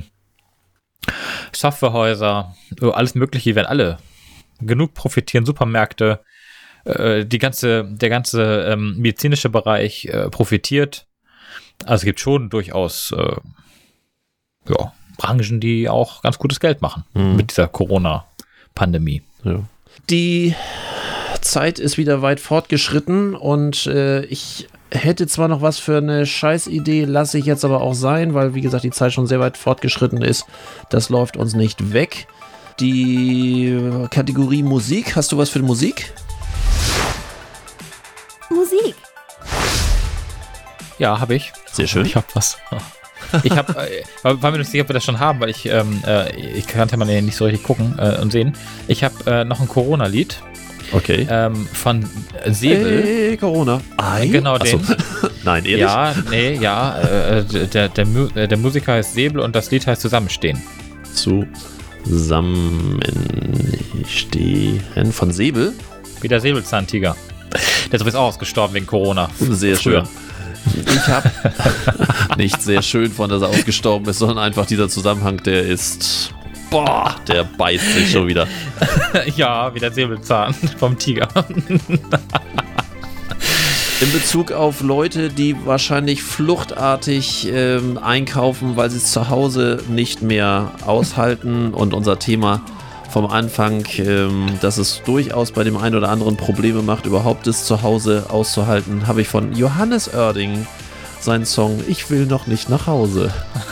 Softwarehäuser, alles Mögliche, die werden alle genug profitieren, Supermärkte, der ganze medizinische Bereich profitiert. Also es gibt schon durchaus Branchen, die auch ganz gutes Geld machen mit dieser Corona-Pandemie. Ja. Die Zeit ist wieder weit fortgeschritten und ich hätte zwar noch was für eine Scheißidee, lasse ich jetzt aber auch sein, weil wie gesagt die Zeit schon sehr weit fortgeschritten ist. Das läuft uns nicht weg. Die Kategorie Musik, hast du was für Musik? Musik. Ja, habe ich. Sehr schön. Ich habe was. Ich habe, war mir nicht sicher, ob wir das schon haben, weil ich kannte man ja nicht so richtig gucken und sehen. Ich habe noch ein Corona-Lied. Okay. Von Säbel. Hey, Corona. Genau den. Nein, ehrlich? Ja, nee, ja. Der Musiker heißt Säbel und das Lied heißt Zusammenstehen. Zusammenstehen von Säbel? Wie der Säbelzahntiger. Der ist übrigens auch ausgestorben wegen Corona. Sehr früher. Schön. Ich habe nicht sehr schön von, dass er ausgestorben ist, sondern einfach dieser Zusammenhang, der ist... Boah, der beißt sich schon wieder. Ja, wie der Säbelzahn vom Tiger. in Bezug auf Leute, die wahrscheinlich fluchtartig einkaufen, weil sie es zu Hause nicht mehr aushalten. Und unser Thema vom Anfang, dass es durchaus bei dem einen oder anderen Probleme macht, überhaupt es zu Hause auszuhalten, habe ich von Johannes Oerding seinen Song Ich will noch nicht nach Hause.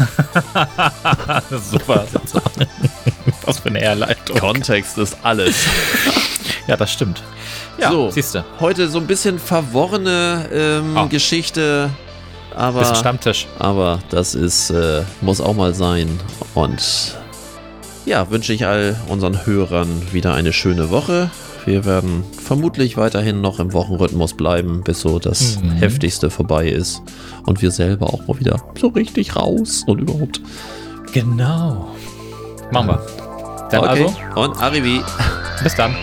Super. Was für eine Herleitung. Kontext ist alles. Ja, das stimmt. Ja, so, siehste. Heute so ein bisschen verworrene Geschichte, Bisschen Stammtisch. aber das ist, muss auch mal sein. Und ja, wünsche ich all unseren Hörern wieder eine schöne Woche. Wir werden vermutlich weiterhin noch im Wochenrhythmus bleiben, bis so das Heftigste vorbei ist. Und wir selber auch mal wieder so richtig raus und überhaupt. Genau. Machen wir. Dann okay. also. Und Arrivi. Bis dann.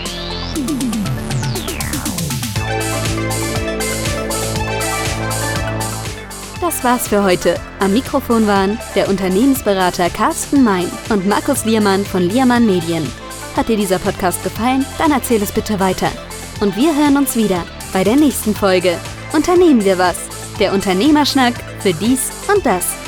Das war's für heute. Am Mikrofon waren der Unternehmensberater Carsten Mein und Markus Liermann von Liermann Medien. Hat dir dieser Podcast gefallen? Dann erzähl es bitte weiter. Und wir hören uns wieder bei der nächsten Folge. Unternehmen wir was? Der Unternehmerschnack für dies und das.